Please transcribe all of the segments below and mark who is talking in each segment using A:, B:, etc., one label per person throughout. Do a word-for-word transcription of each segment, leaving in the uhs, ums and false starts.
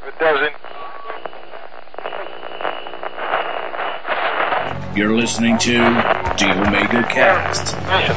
A: It doesn't.
B: You're listening to The Omega Cast.
A: Mission.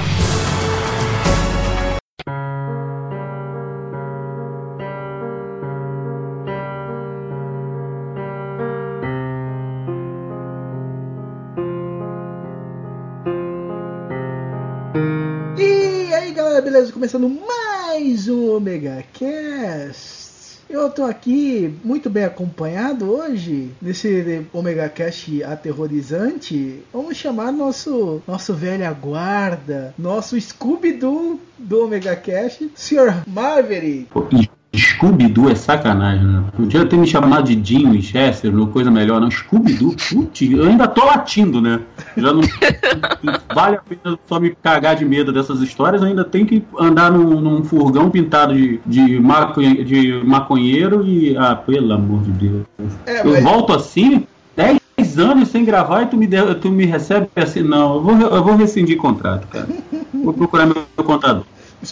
C: E aí galera, beleza? Começando mais um Omega Cast. Eu tô aqui muito bem acompanhado hoje, nesse Omega Cast aterrorizante. Vamos chamar nosso, nosso velha guarda, nosso Scooby-Doo do Omega Cast, senhor Maverick.
D: Scooby-Doo é sacanagem, né? Podia ter me chamado de Dinho e Chester, ou coisa melhor, não. Scooby-Doo, putz, eu ainda tô latindo, né? Já não vale a pena só me cagar de medo dessas histórias, eu ainda tenho que andar num, num furgão pintado de, de, maconhe, de maconheiro e... Ah, pelo amor de Deus. É, eu mas... volto assim, dez anos sem gravar e tu me, de, tu me recebe assim, não, eu vou, eu vou rescindir contrato, cara. Vou procurar meu contador.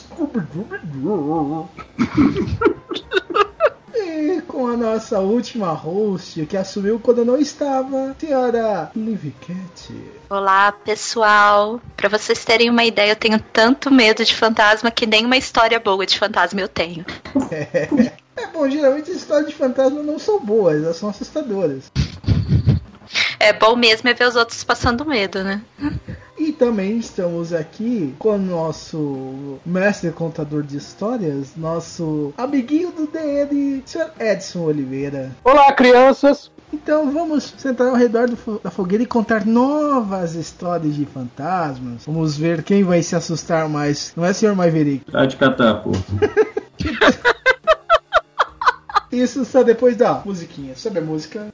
C: E com a nossa última host, que assumiu quando eu não estava, senhora Liv Cat.
E: Olá, pessoal. Pra vocês terem uma ideia, eu tenho tanto medo de fantasma que nem uma história boa de fantasma eu tenho.
C: É, é bom, geralmente as histórias de fantasma não são boas, elas são assustadoras.
E: É bom mesmo é ver os outros passando medo, né?
C: E também estamos aqui com o nosso mestre contador de histórias, nosso amiguinho do D N, senhor Edson Oliveira.
F: Olá, crianças!
C: Então vamos sentar ao redor do fo- da fogueira e contar novas histórias de fantasmas. Vamos ver quem vai se assustar mais. Não é, senhor Maverick?
D: Tá de catar, pô.
C: Isso só depois da musiquinha. Sobe a música.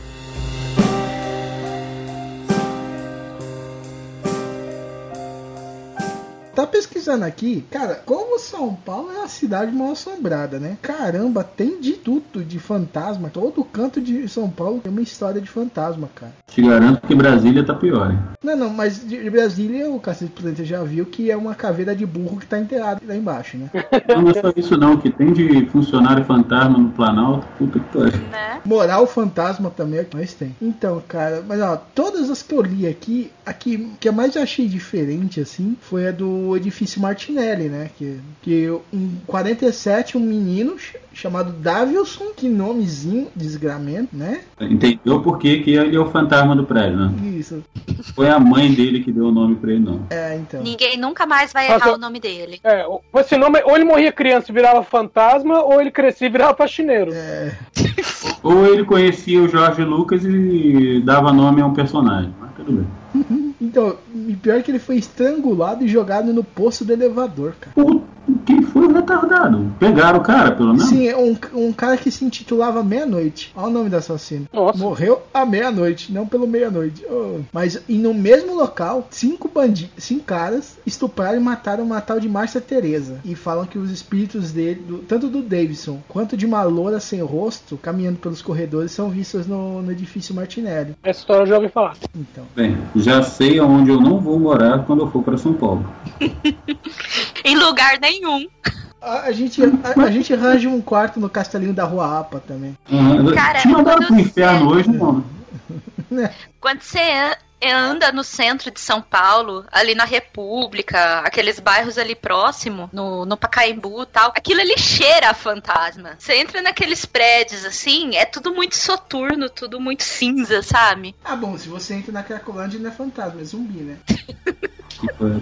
C: Tá pesquisando aqui, cara, como São Paulo é a cidade mal assombrada, né? Caramba, tem de tudo de fantasma. Todo canto de São Paulo tem uma história de fantasma, cara.
D: Te garanto que Brasília tá pior, hein?
C: Não, não, mas de Brasília o Cacete Planeta já viu que é uma caveira de burro que tá enterrada lá embaixo, né?
D: Não, não é só isso não, que tem de funcionário fantasma no Planalto, puta que pariu.
E: Né?
C: Moral fantasma também é que nós tem. Então, cara, mas ó, todas as que eu li aqui, aqui que eu mais achei diferente, assim, foi a do Edifício Martinelli, né? Que, que em quarenta e sete, um menino ch- chamado Davilson, que nomezinho, desgramento, né?
D: Entendeu por que que ele é o fantasma do prédio, né?
C: Isso.
D: Foi a mãe dele que deu o nome pra ele, não.
C: É, então.
E: Ninguém nunca mais vai
F: Mas
E: errar
F: eu-
E: o nome dele.
F: É, esse nome, ou ele morria criança e virava fantasma, ou ele crescia e virava faxineiro.
C: É.
D: Ou ele conhecia o Jorge Lucas e dava nome a um personagem, mas tudo bem.
C: Então, e pior que ele foi estrangulado e jogado no poço do elevador, cara.
D: Pô, quem foi o retardado? Pegaram o cara, pelo menos?
C: Sim, um, um cara que se intitulava Meia-Noite. Olha o nome do assassino.
F: Nossa.
C: Morreu à meia-noite, não pelo meia-noite. Oh. Mas e no mesmo local, cinco bandidos, cinco caras estupraram e mataram uma tal de Márcia Teresa. E falam que os espíritos dele, do, tanto do Davidson quanto de uma loura sem rosto, caminhando pelos corredores, são vistos no, no edifício Martinelli.
F: Essa história eu já ouvi falar.
C: Então.
D: Bem, já sei aonde eu não vou morar quando eu for pra São Paulo.
E: Em lugar nenhum.
C: A, a gente, a, a gente arranja um quarto no castelinho da Rua Apa também.
D: Uhum.
E: Cara,
D: Te mandaram
E: quando
D: pro inferno
E: você-
D: hoje, mano?
E: Quando você an- anda no centro de São Paulo, ali na República, aqueles bairros ali próximo, no, no Pacaembu e tal, aquilo ali cheira a fantasma. Você entra naqueles prédios assim, é tudo muito soturno, tudo muito cinza, sabe?
C: Ah, bom, se você entra na Cracolândia não é fantasma, é zumbi, né?
D: Que foi?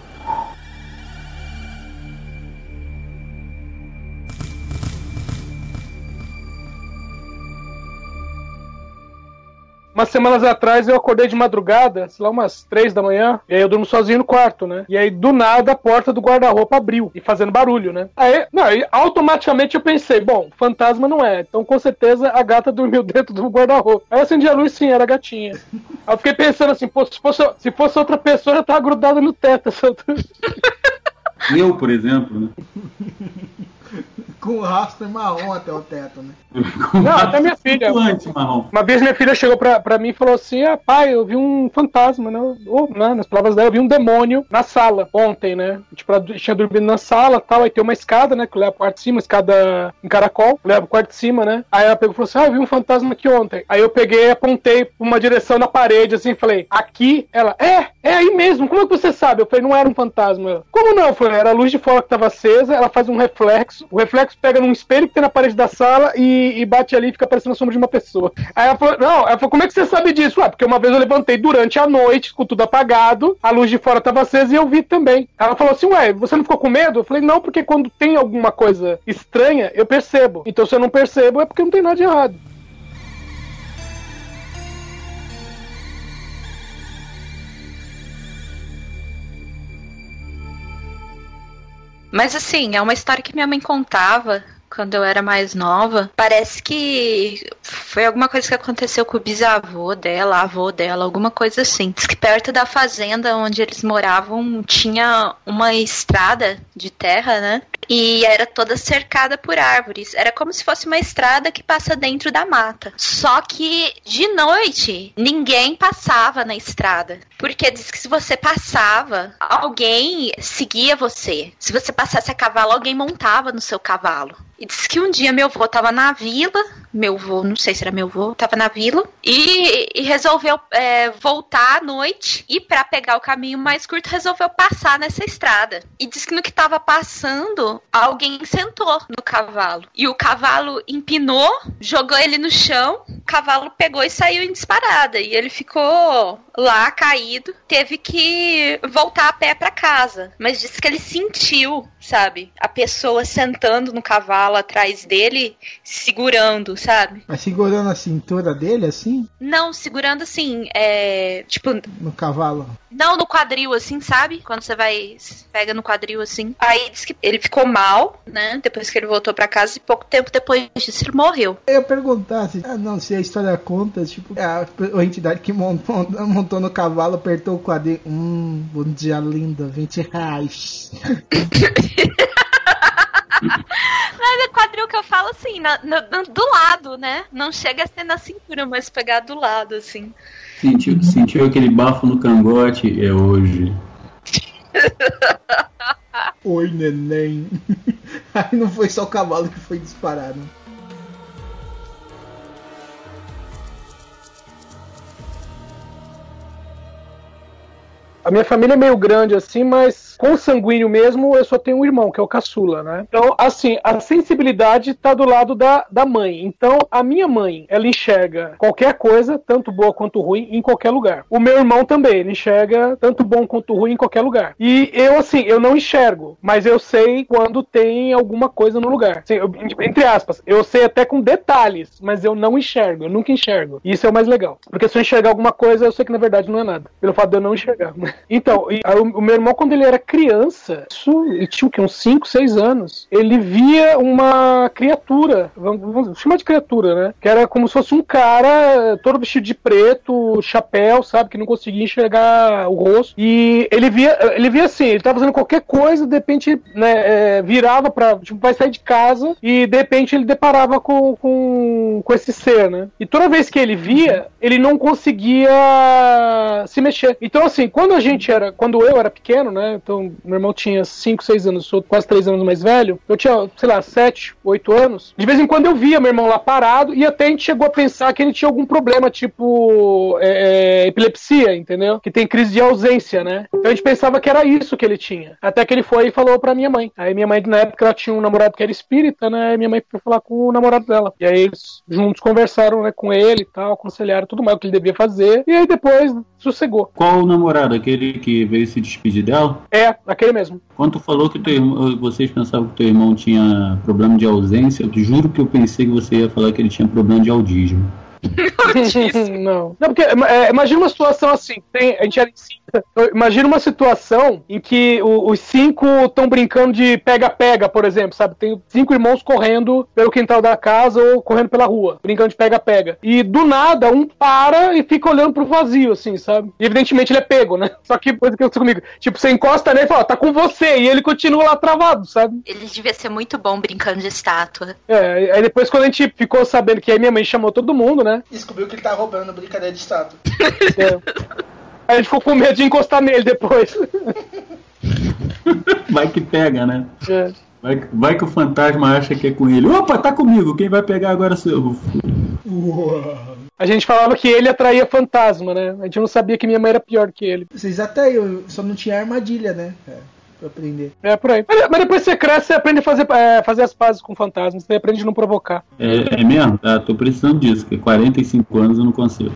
F: Umas semanas atrás eu acordei de madrugada, sei lá, umas três da manhã, e aí eu durmo sozinho no quarto, né? E aí do nada a porta do guarda-roupa abriu, e fazendo barulho, né? Aí, não, aí automaticamente eu pensei, bom, fantasma não é, então com certeza a gata dormiu dentro do guarda-roupa. Aí eu acendi a luz, sim, era a gatinha. Aí eu fiquei pensando assim, pô, se fosse, se fosse outra pessoa, eu tava grudada no teto. Essa...
D: Eu, por exemplo, né?
C: Com o rastro marrom até o teto, né?
F: Não, até minha filha.
D: Marrom.
F: Uma vez minha filha chegou pra, pra mim e falou assim: ah, pai, eu vi um fantasma, né? Ou, né? Nas palavras dela, eu vi um demônio na sala ontem, né? Tipo, ela tinha dormido na sala e tal. Aí tem uma escada, né? Que leva pro quarto de cima, escada em caracol, leva pro quarto de cima, né? Aí ela pegou e falou assim: ah, eu vi um fantasma aqui ontem. Aí eu peguei e apontei pra uma direção na parede, assim, falei: aqui? Ela, é, é aí mesmo. Como é que você sabe? Eu falei: não era um fantasma. Ela, como não? Eu falei: era a luz de fora que tava acesa, ela faz um reflexo, o reflexo pega num espelho que tem na parede da sala e, e bate ali e fica parecendo a sombra de uma pessoa. Aí ela falou: não, ela falou: como é que você sabe disso? Ah, porque uma vez eu levantei durante a noite, com tudo apagado, a luz de fora tava acesa e eu vi também. Ela falou assim: ué, você não ficou com medo? Eu falei: não, porque quando tem alguma coisa estranha, eu percebo. Então se eu não percebo, é porque não tem nada de errado.
E: Mas assim, é uma história que minha mãe contava quando eu era mais nova. Parece que foi alguma coisa que aconteceu com o bisavô dela, a avô dela, alguma coisa assim. Diz que perto da fazenda onde eles moravam tinha uma estrada de terra, né? E era toda cercada por árvores. Era como se fosse uma estrada que passa dentro da mata. Só que de noite ninguém passava na estrada. Porque diz que se você passava, alguém seguia você. Se você passasse a cavalo, alguém montava no seu cavalo. E disse que um dia meu avô tava na vila, meu avô, não sei se era meu avô, tava na vila, e, e resolveu é, voltar à noite, e pra pegar o caminho mais curto, resolveu passar nessa estrada. E disse que no que tava passando, alguém sentou no cavalo. E o cavalo empinou, jogou ele no chão, o cavalo pegou e saiu em disparada. E ele ficou lá, caído, teve que voltar a pé pra casa. Mas disse que ele sentiu, sabe, a pessoa sentando no cavalo atrás dele, segurando, sabe?
C: Mas segurando a cintura dele, assim?
E: Não, segurando assim, é... tipo...
C: No cavalo?
E: Não, no quadril, assim, sabe? Quando você vai... pega no quadril, assim. Aí diz que ele ficou mal, né? Depois que ele voltou pra casa, e pouco tempo depois disso ele morreu.
C: Eu ia perguntar se... Ah, não, se a história conta, tipo... A, a entidade que montou, montou no cavalo, apertou o quadril. Hum, bom dia, linda, vinte reais.
E: Mas é quadril que eu falo assim, na, na, do lado, né? Não chega a ser na cintura, mas pegar do lado, assim.
D: Sentiu, sentiu aquele bafo no cangote? É hoje.
C: Oi, neném. Aí não foi só o cavalo que foi disparado.
F: A minha família é meio grande assim, mas consanguíneo mesmo, eu só tenho um irmão, que é o caçula, né? Então, assim, a sensibilidade tá do lado da, da mãe. Então, a minha mãe, ela enxerga qualquer coisa, tanto boa quanto ruim, em qualquer lugar. O meu irmão também, ele enxerga tanto bom quanto ruim em qualquer lugar. E eu, assim, eu não enxergo, mas eu sei quando tem alguma coisa no lugar. Assim, eu, entre aspas, eu sei até com detalhes, mas eu não enxergo, eu nunca enxergo. E isso é o mais legal. Porque se eu enxergar alguma coisa, eu sei que na verdade não é nada. Pelo fato de eu não enxergar. Então, e, a, o meu irmão, quando ele era criança, isso, ele tinha o quê? Uns cinco, seis anos, ele via uma criatura, vamos, vamos chamar de criatura, né? Que era como se fosse um cara todo vestido de preto, chapéu, sabe? Que não conseguia enxergar o rosto. E ele via, ele via assim, ele tava fazendo qualquer coisa, de repente, né, é, virava pra, tipo, vai sair de casa e de repente ele deparava com, com, com esse ser, né? E toda vez que ele via, ele não conseguia se mexer. Então, assim, quando a gente era, quando eu era pequeno, né? Então, meu irmão tinha cinco, seis anos, sou quase três anos mais velho. Eu tinha, sei lá, sete, oito anos. De vez em quando eu via meu irmão lá parado e até a gente chegou a pensar que ele tinha algum problema, tipo é, é, epilepsia, entendeu? Que tem crise de ausência, né? Então a gente pensava que era isso que ele tinha. Até que ele foi e falou pra minha mãe. Aí minha mãe, na época, ela tinha um namorado que era espírita, né? E minha mãe foi falar com o namorado dela. E aí eles juntos conversaram, né, com ele e tal, aconselharam tudo mais o que ele devia fazer. E aí depois sossegou.
D: Qual o namorado? Aquele que veio se despedir dela?
F: É, aquele mesmo.
D: Quando tu falou que teu irmão, vocês pensavam que teu irmão tinha problema de ausência, eu juro que eu pensei que você ia falar que ele tinha problema de autismo.
F: Não. Não, porque é, imagina uma situação assim, tem, a gente era em cinco, Imagina uma situação em que o, os cinco estão brincando de pega-pega, por exemplo, sabe? Tem cinco irmãos correndo pelo quintal da casa ou correndo pela rua, brincando de pega-pega. E do nada, um para e fica olhando pro vazio, assim, sabe? E evidentemente ele é pego, né? Só que coisa que aconteceu comigo. Tipo, você encosta nele e fala, ó, tá com você. E ele continua lá travado, sabe?
E: Ele devia ser muito bom brincando de estátua.
F: É, aí depois quando a gente ficou sabendo que aí minha mãe chamou todo mundo, né?
C: Descobriu que ele tá roubando brincadeira de estátua.
F: É. Aí a gente ficou com medo de encostar nele depois.
D: Vai que pega, né?
F: É.
D: Vai, vai que o fantasma acha que é com ele. Opa, tá comigo, quem vai pegar agora seu?
F: A gente falava que ele atraía fantasma, né? A gente não sabia que minha mãe era pior que ele.
C: Vocês até eu, só não tinha armadilha, né? É, pra aprender.
F: É, por aí. Mas, mas depois você cresce, você aprende a fazer, é, fazer as pazes com fantasmas. Você aprende a não provocar.
D: É, é mesmo? Ah, tô precisando disso, porque quarenta e cinco anos eu não consigo.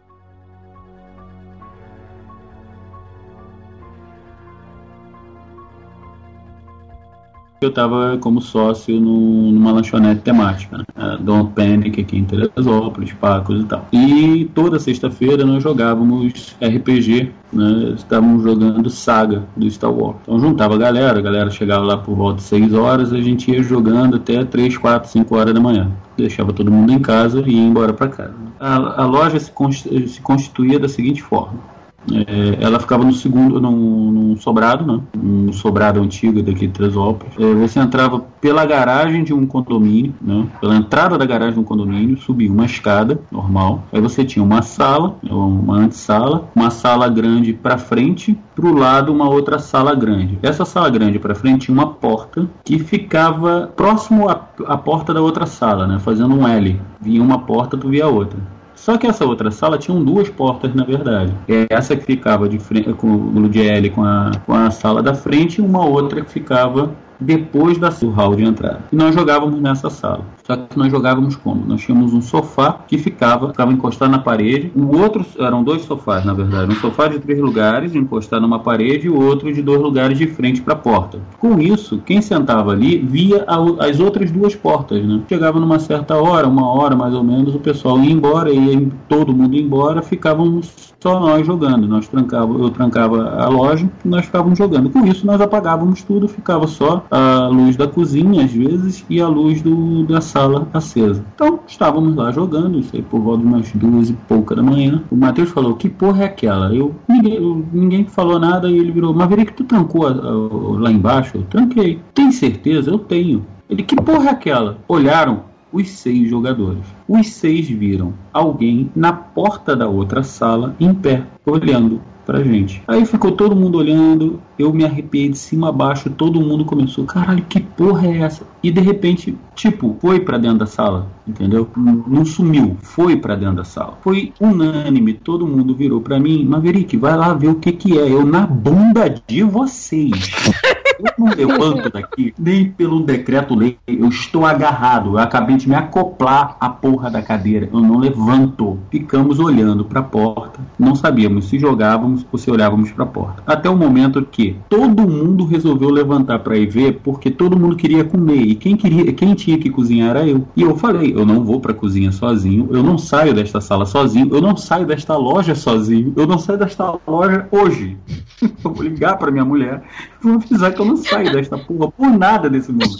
D: Eu estava como sócio no, numa lanchonete temática, né? A Don't Panic aqui em Teresópolis, Pacos e tal. E toda sexta-feira nós jogávamos R P G, né? Estávamos jogando Saga do Star Wars. Então juntava a galera, a galera chegava lá por volta de seis horas, a gente ia jogando até três, quatro, cinco horas da manhã. Deixava todo mundo em casa e ia embora para casa. A, a loja se, const, se constituía da seguinte forma. É, ela ficava no segundo, num, num sobrado, né? Um sobrado antigo daqui de Teresópolis. É, você entrava pela garagem de um condomínio, né? Pela entrada da garagem de um condomínio, subia uma escada normal. Aí você tinha uma sala, uma antessala, uma sala grande para frente, para o lado uma outra sala grande. Essa sala grande para frente tinha uma porta que ficava próximo à, à porta da outra sala, né? Fazendo um L. Vinha uma porta, tu via a outra. Só que essa outra sala tinha duas portas, na verdade. Essa que ficava de frente, com o de L com a, com a sala da frente, e uma outra que ficava depois da do hall de entrada. E nós jogávamos nessa sala. Só que nós jogávamos como? Nós tínhamos um sofá que ficava, ficava encostado na parede. O outro, eram dois sofás, na verdade. Um sofá de três lugares, encostado numa parede, e o outro de dois lugares de frente para a porta. Com isso, quem sentava ali via a, as outras duas portas, né? Chegava numa certa hora, uma hora mais ou menos, o pessoal ia embora, ia todo mundo ia embora, ficávamos só nós jogando. Nós trancava, eu trancava a loja e nós ficávamos jogando. Com isso, nós apagávamos tudo, ficava só a luz da cozinha, às vezes, e a luz do, da sala acesa. Então, estávamos lá jogando, isso aí por volta de umas duas e pouca da manhã. O Matheus falou, que porra é aquela? Eu, ninguém, eu, ninguém falou nada e ele virou, Maverick, tu trancou a, a, lá embaixo? Eu tranquei. Tem certeza? Eu tenho. Ele, que porra é aquela? Olharam os seis jogadores. Os seis viram alguém na porta da outra sala, em pé, olhando pra gente. Aí ficou todo mundo olhando, eu me arrepiei de cima a baixo, todo mundo começou, caralho, que porra é essa? E de repente, tipo, foi pra dentro da sala, entendeu? Não sumiu, foi pra dentro da sala. Foi unânime, todo mundo virou pra mim, Maverick, vai lá ver o que que é, eu na bunda de vocês. Eu não levanto daqui, nem pelo decreto-lei, eu estou agarrado, eu acabei de me acoplar à porra da cadeira, eu não levanto. Ficamos olhando para a porta, não sabíamos se jogávamos ou se olhávamos para a porta. Até o momento que todo mundo resolveu levantar para ir ver, porque todo mundo queria comer, e quem, queria, quem tinha que cozinhar era eu. E eu falei, eu não vou para a cozinha sozinho, eu não saio desta sala sozinho, eu não saio desta loja sozinho, eu não saio desta loja hoje. Eu vou ligar para minha mulher, vou avisar que eu não saio desta porra por nada nesse mundo.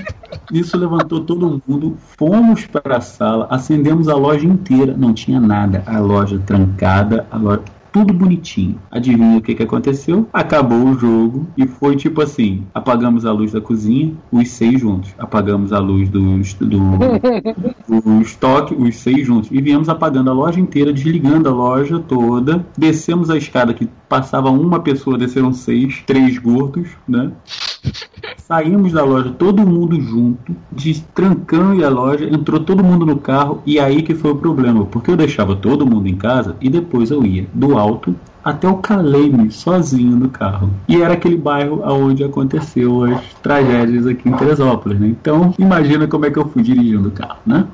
D: Isso levantou todo mundo, fomos para a sala, acendemos a loja inteira, não tinha nada, a loja trancada, a loja... tudo bonitinho. Adivinha o que que aconteceu? Acabou o jogo e foi tipo assim, apagamos a luz da cozinha, os seis juntos. Apagamos a luz do, do, do estoque, os seis juntos. E viemos apagando a loja inteira, desligando a loja toda. Descemos a escada que passava uma pessoa, desceram seis, três gordos, né? Saímos da loja, todo mundo junto, de, trancando a loja, entrou todo mundo no carro, e aí que foi o problema, porque eu deixava todo mundo em casa e depois eu ia do alto até o Caleme, sozinho no carro. E era aquele bairro onde aconteceu as tragédias aqui em Teresópolis, né? Então, imagina como é que eu fui dirigindo o carro, né?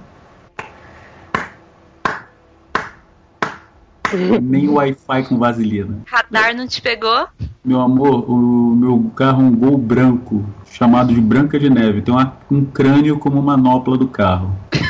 D: Nem o Wi-Fi com vaselina.
E: Radar não te pegou?
D: Meu amor, o meu carro é um Gol branco, chamado de Branca de Neve. Tem uma, um crânio como manopla do carro.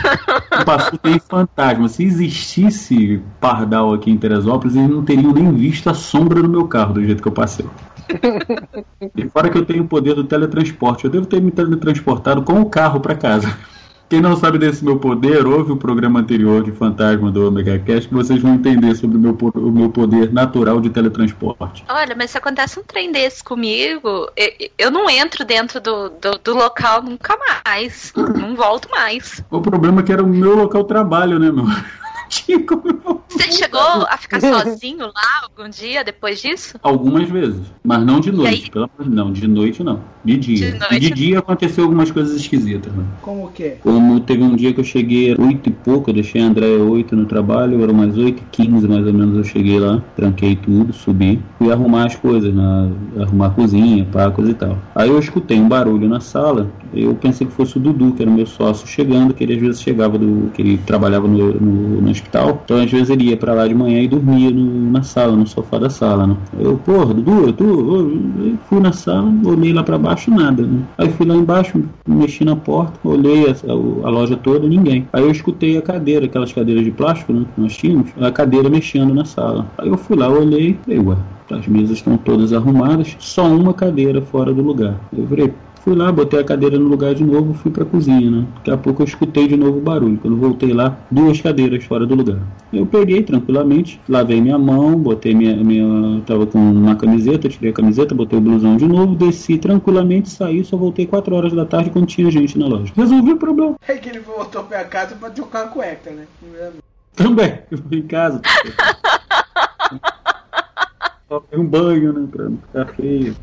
D: O Passu tem fantasma. Se existisse pardal aqui em Teresópolis, eles não teriam nem visto a sombra no meu carro do jeito que eu passei. E fora que eu tenho o poder do teletransporte, eu devo ter me teletransportado com o carro para casa. Quem não sabe desse meu poder, ouve o programa anterior de Fantasma do Omega Cast, que vocês vão entender sobre o meu, o meu poder natural de teletransporte.
E: Olha, mas se acontece um trem desse comigo, eu, eu não entro dentro do, do, do local nunca mais. Não volto mais.
D: O problema é que era o meu local de trabalho, né, meu? Tinha como eu...
E: Você chegou a ficar sozinho lá algum dia depois disso?
D: Algumas vezes, mas não de noite. Pela... Não, de noite não. De dia. De, noite... de dia aconteceu algumas coisas esquisitas. Né?
C: Como o quê?
D: Como teve um dia que eu cheguei oito e pouco, eu deixei a Andréia oito no trabalho, eram umas oito e quinze mais ou menos, eu cheguei lá, tranquei tudo, subi, fui arrumar as coisas, né? Arrumar a cozinha, pá, coisa e tal. Aí eu escutei um barulho na sala, eu pensei que fosse o Dudu, que era o meu sócio, chegando, que ele às vezes chegava, do que ele trabalhava no, no, no hospital, então às vezes ele ia pra lá de manhã e dormia no, na sala, no sofá da sala, né? Eu, porra, Dudu, eu, tô, eu fui na sala, olhei lá pra baixo, nada, né? Aí fui lá embaixo, mexi na porta, olhei a, a, a loja toda, ninguém. Aí eu escutei a cadeira, aquelas cadeiras de plástico, né, que nós tínhamos, a cadeira mexendo na sala. Aí eu fui lá, olhei, falei, ué, as mesas estão todas arrumadas, só uma cadeira fora do lugar. Eu falei, fui lá, botei a cadeira no lugar de novo, fui pra cozinha, né? Daqui a pouco eu escutei de novo o barulho. Quando voltei lá, duas cadeiras fora do lugar. Eu peguei tranquilamente, lavei minha mão, botei minha... minha tava com uma camiseta, tirei a camiseta, botei o blusão de novo, desci tranquilamente, saí, só voltei quatro horas da tarde quando tinha gente na loja. Resolvi o problema.
C: É que ele voltou pra casa pra trocar a cueca, né?
D: Também, eu fui em casa. Tomei um banho, né? Pra não ficar feio.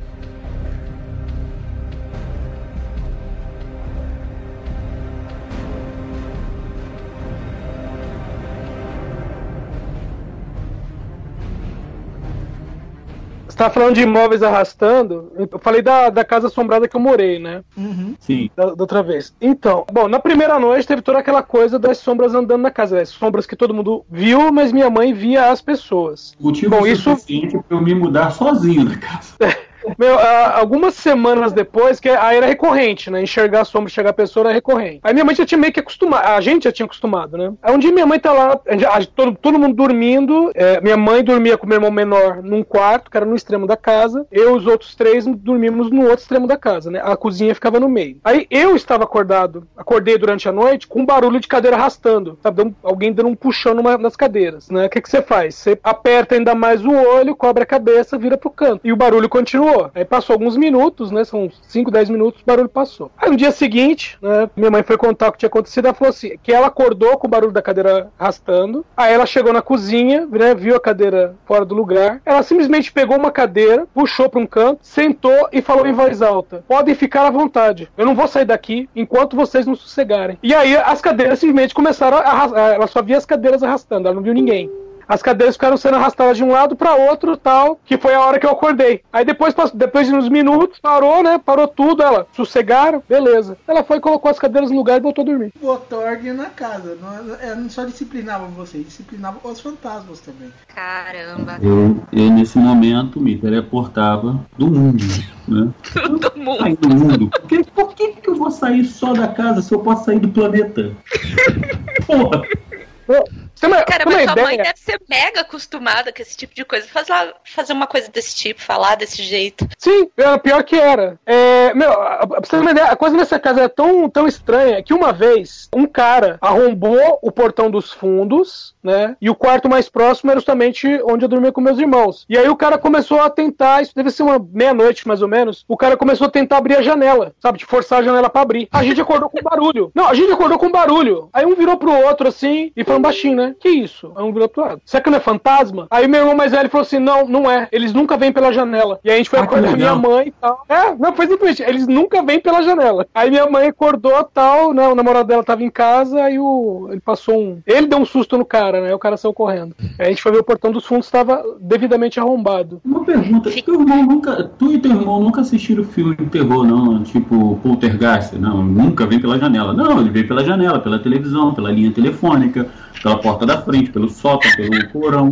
F: Você tava falando de imóveis arrastando, eu falei da, da casa assombrada que eu morei, né?
C: Uhum.
D: Sim.
F: Da, da outra vez. Então, bom, na primeira noite teve toda aquela coisa das sombras andando na casa, as sombras que todo mundo viu, mas minha mãe via as pessoas.
D: Motivo
F: bom, isso
D: suficiente pra eu me mudar sozinho da casa.
F: Meu, a, algumas semanas depois, que aí era recorrente, né? Enxergar a sombra, enxergar a pessoa era recorrente. Aí minha mãe já tinha meio que acostumado, a gente já tinha acostumado, né? Aí um dia minha mãe tá lá, a, a, todo, todo mundo dormindo, é, minha mãe dormia com meu irmão menor num quarto, que era no extremo da casa, eu e os outros três dormíamos no outro extremo da casa, né? A cozinha ficava no meio. Aí eu estava acordado, acordei durante a noite com um barulho de cadeira arrastando, sabe? Deu um, alguém dando um puxão numa, nas cadeiras, né? O que que você faz? Você aperta ainda mais o olho, cobre a cabeça, vira pro canto. E o barulho continuou. Aí passou alguns minutos, né? São cinco, dez minutos, o barulho passou. Aí no dia seguinte, né? Minha mãe foi contar o que tinha acontecido, ela falou assim, que ela acordou com o barulho da cadeira arrastando, aí ela chegou na cozinha, né? Viu a cadeira fora do lugar, ela simplesmente pegou uma cadeira, puxou para um canto, sentou e falou em voz alta, podem ficar à vontade, eu não vou sair daqui enquanto vocês não sossegarem. E aí as cadeiras simplesmente começaram a arrastar, ela só via as cadeiras arrastando, ela não viu ninguém. As cadeiras ficaram sendo arrastadas de um lado para outro, tal, que foi a hora que eu acordei. Aí depois, depois de uns minutos, parou, né? Parou tudo, ela, sossegaram, beleza. Ela foi, colocou as cadeiras no lugar e voltou a dormir.
C: Botou ordem na casa. Não, é, não só disciplinava vocês, disciplinava os fantasmas também.
E: Caramba.
D: Eu, eu nesse momento, me teleportava do mundo, né?
E: Do mundo.
D: Sair do mundo. Por que, por que que eu vou sair só da casa se eu posso sair do planeta? Porra!
F: Tem uma,
E: Cara,
F: tem uma
E: mas sua
F: ideia.
E: mãe deve ser mega acostumada com esse tipo de coisa. Faz lá, fazer uma coisa desse tipo, falar desse jeito.
F: Sim, era pior que era. É, meu, pra você ter uma ideia, a coisa nessa casa é tão, tão estranha que uma vez um cara arrombou o portão dos fundos, né? E o quarto mais próximo era justamente onde eu dormia com meus irmãos. E aí o cara começou a tentar, isso deve ser uma meia-noite mais ou menos, o cara começou a tentar abrir a janela, sabe? De forçar a janela pra abrir. A gente acordou com barulho. Não, a gente acordou com barulho. Aí um virou pro outro assim e falou baixinho, né? Que isso? Aí um virou pro lado. Será que não é fantasma? Aí meu irmão mais velho falou assim, não, não é. Eles nunca vêm pela janela. E aí a gente foi
D: ah,
F: acordar minha mãe e tal. É, não, foi simplesmente, eles nunca vêm pela janela. Aí minha mãe acordou tal, né? O namorado dela tava em casa, aí o, ele passou um... Ele deu um susto no cara, né? O cara saiu correndo. Aí a gente foi ver o portão dos fundos, estava devidamente arrombado.
D: Uma pergunta, teu irmão nunca, tu e teu irmão nunca assistiram filme de terror, não? Tipo, Poltergeist, não? Nunca vem pela janela. Não, ele veio pela janela, pela televisão, pela linha telefônica, pela porta da frente, pelo sótão, pelo porão.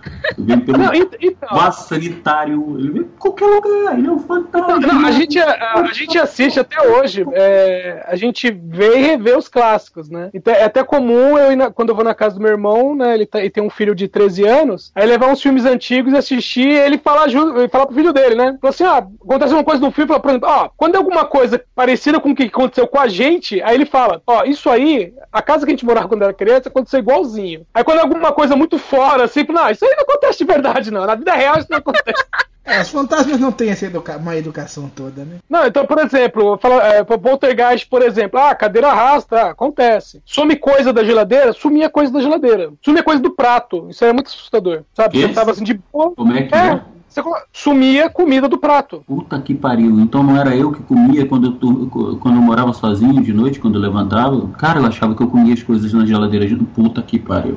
D: Vem pelo
F: Não, ent- então.
D: vaso sanitário, ele vem em qualquer lugar, ele é um fantasma.
F: Não, a gente, a, a gente assiste até hoje, é, a gente vê e revê os clássicos, né? Então é até comum, eu ir na- quando eu vou na casa do meu irmão, né, ele, tá- ele tem um filho de treze anos, aí levar uns filmes antigos e assistir e ele falar, ju- ele falar pro filho dele, né? Falou assim, ah, acontece uma coisa no filme, fala, por exemplo, ó, quando é alguma coisa parecida com o que aconteceu com a gente, aí ele fala, ó, isso aí, a casa que a gente morava quando era criança, aconteceu igualzinho. Aí quando é alguma coisa muito fora, assim, fala, não, isso aí não acontece de verdade, não, na vida real isso não acontece.
C: É, os fantasmas não têm essa educa uma educação toda, né?
F: Não, então, por exemplo, fala, é, poltergeist, por exemplo, ah, cadeira arrasta, ah, acontece. Some coisa da geladeira, sumia coisa da geladeira. Sumia coisa do prato, isso era muito assustador, sabe?
D: Que?
F: Você tava assim de boa.
D: Como é que
F: É,
D: é?
F: você co- sumia comida do prato.
D: Puta que pariu. Então não era eu que comia quando eu, tu- quando eu morava sozinho de noite, quando eu levantava? Cara, eu achava que eu comia as coisas na geladeira. Puta que pariu.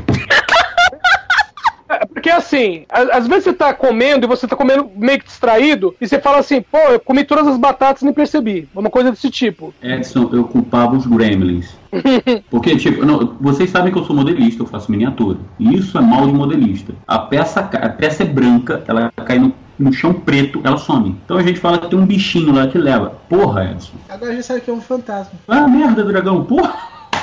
F: É, porque assim, a- às vezes você tá comendo e você tá comendo meio que distraído, e você fala assim, pô, eu comi todas as batatas e nem percebi. Uma coisa desse tipo.
D: Edson, eu culpava os gremlins. Porque, tipo, não, vocês sabem que eu sou modelista, eu faço miniatura. E isso é mal de modelista. A peça, ca- a peça é branca, ela cai no, no chão preto, ela some. Então a gente fala que tem um bichinho lá que leva. Porra, Edson.
C: Agora a gente sabe que é um fantasma.
D: Ah, merda, dragão, porra.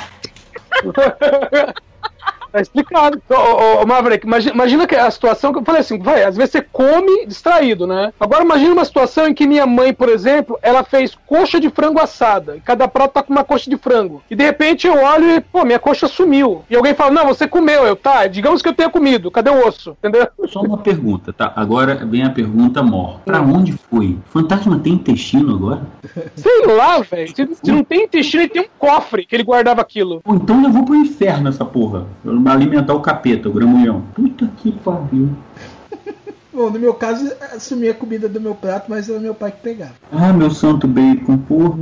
F: Tá explicado. Ô, ô, ô, Maverick, imagina, imagina que a situação que eu falei assim, vai, às vezes você come distraído, né? Agora imagina uma situação em que minha mãe, por exemplo, ela fez coxa de frango assada, e cada prato tá com uma coxa de frango. E de repente eu olho e, pô, minha coxa sumiu. E alguém fala, não, você comeu. Eu, tá, digamos que eu tenha comido, cadê o osso? Entendeu?
D: Só uma pergunta, tá? Agora vem a pergunta mor. Pra onde foi? Fantasma tem intestino agora?
F: Sei lá, velho. Se, se não tem intestino, ele tem um cofre que ele guardava aquilo.
D: Ou então levou pro inferno essa porra. Alimentar o capeta, o gramulhão. Puta que pariu.
C: Bom, no meu caso, assumi a comida do meu prato, mas era meu pai que pegava.
D: Ah, meu santo bacon, porra.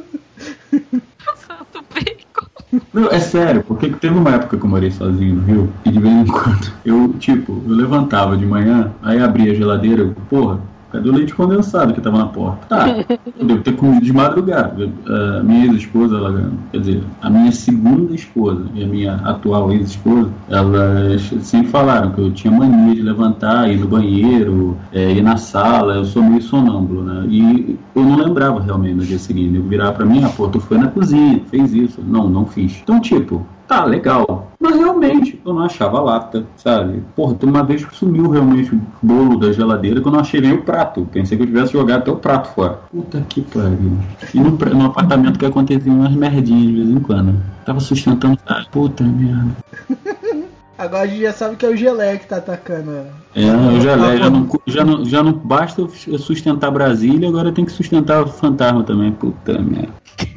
E: Santo bacon.
D: Não, é sério, porque teve uma época que eu morei sozinho no Rio, e de vez em quando, eu, tipo, eu levantava de manhã, aí abria a geladeira, eu, porra, cadê o leite condensado que tava na porta? Tá, eu devo ter comido de madrugada. A minha ex-esposa, ela, quer dizer, a minha segunda esposa e a minha atual ex-esposa, elas sempre falaram que eu tinha mania de levantar, ir no banheiro, é, ir na sala, eu sou meio sonâmbulo, né? E eu não lembrava realmente no dia seguinte. Eu virava pra mim, ah, pô, tu foi na cozinha, fez isso. Não, não fiz. Então, tipo, tá, legal. Mas realmente, eu não achava lata, sabe? Porra, tem uma vez que sumiu realmente o bolo da geladeira que eu não achei nem o prato. Pensei que eu tivesse jogado até o prato fora. Puta que pariu. E no, no apartamento que acontecia umas merdinhas de vez em quando. Tava sustentando. Ah, puta merda.
C: Agora a gente já sabe que é o Geleia que tá atacando.
D: É, o Geleia já não, já, não, já não basta eu sustentar Brasília, agora tem que sustentar o fantasma também. Puta merda.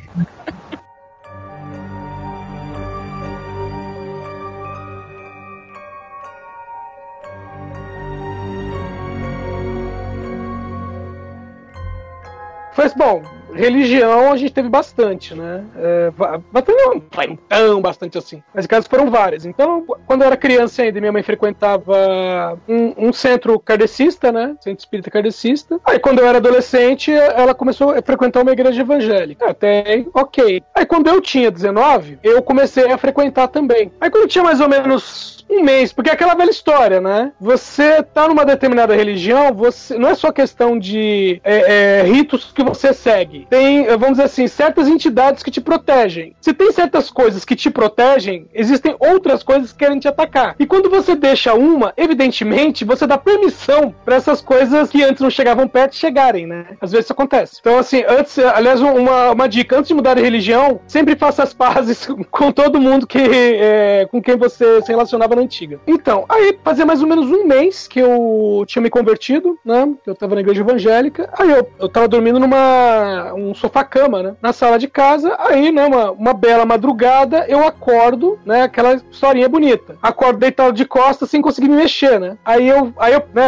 F: Mas, bom, religião a gente teve bastante, né? É, bastante não, não tão bastante assim. Mas casos foram várias. Então, quando eu era criança ainda, minha mãe frequentava um, um centro kardecista, né? Centro espírita kardecista. Aí, quando eu era adolescente, ela começou a frequentar uma igreja evangélica. Até aí, ok. Aí, quando eu tinha dezenove, eu comecei a frequentar também. Aí, quando eu tinha mais ou menos um mês, porque é aquela velha história, né? Você tá numa determinada religião, você não é só questão de é, é, ritos que você segue. Tem, vamos dizer assim, certas entidades que te protegem. Se tem certas coisas que te protegem, existem outras coisas que querem te atacar. E quando você deixa uma, evidentemente, você dá permissão para essas coisas que antes não chegavam perto chegarem, né? Às vezes isso acontece. Então, assim, antes, aliás, uma, uma dica, antes de mudar de religião, sempre faça as pazes com todo mundo que, é, com quem você se relacionava antiga. Então, aí fazia mais ou menos um mês que eu tinha me convertido, né? Eu tava na igreja evangélica, aí eu, eu tava dormindo numa um sofá-cama, né? Na sala de casa, aí, né, uma, uma bela madrugada, eu acordo, né? Aquela historinha bonita. Acordo deitado de costas sem conseguir me mexer, né? Aí eu, aí eu, né?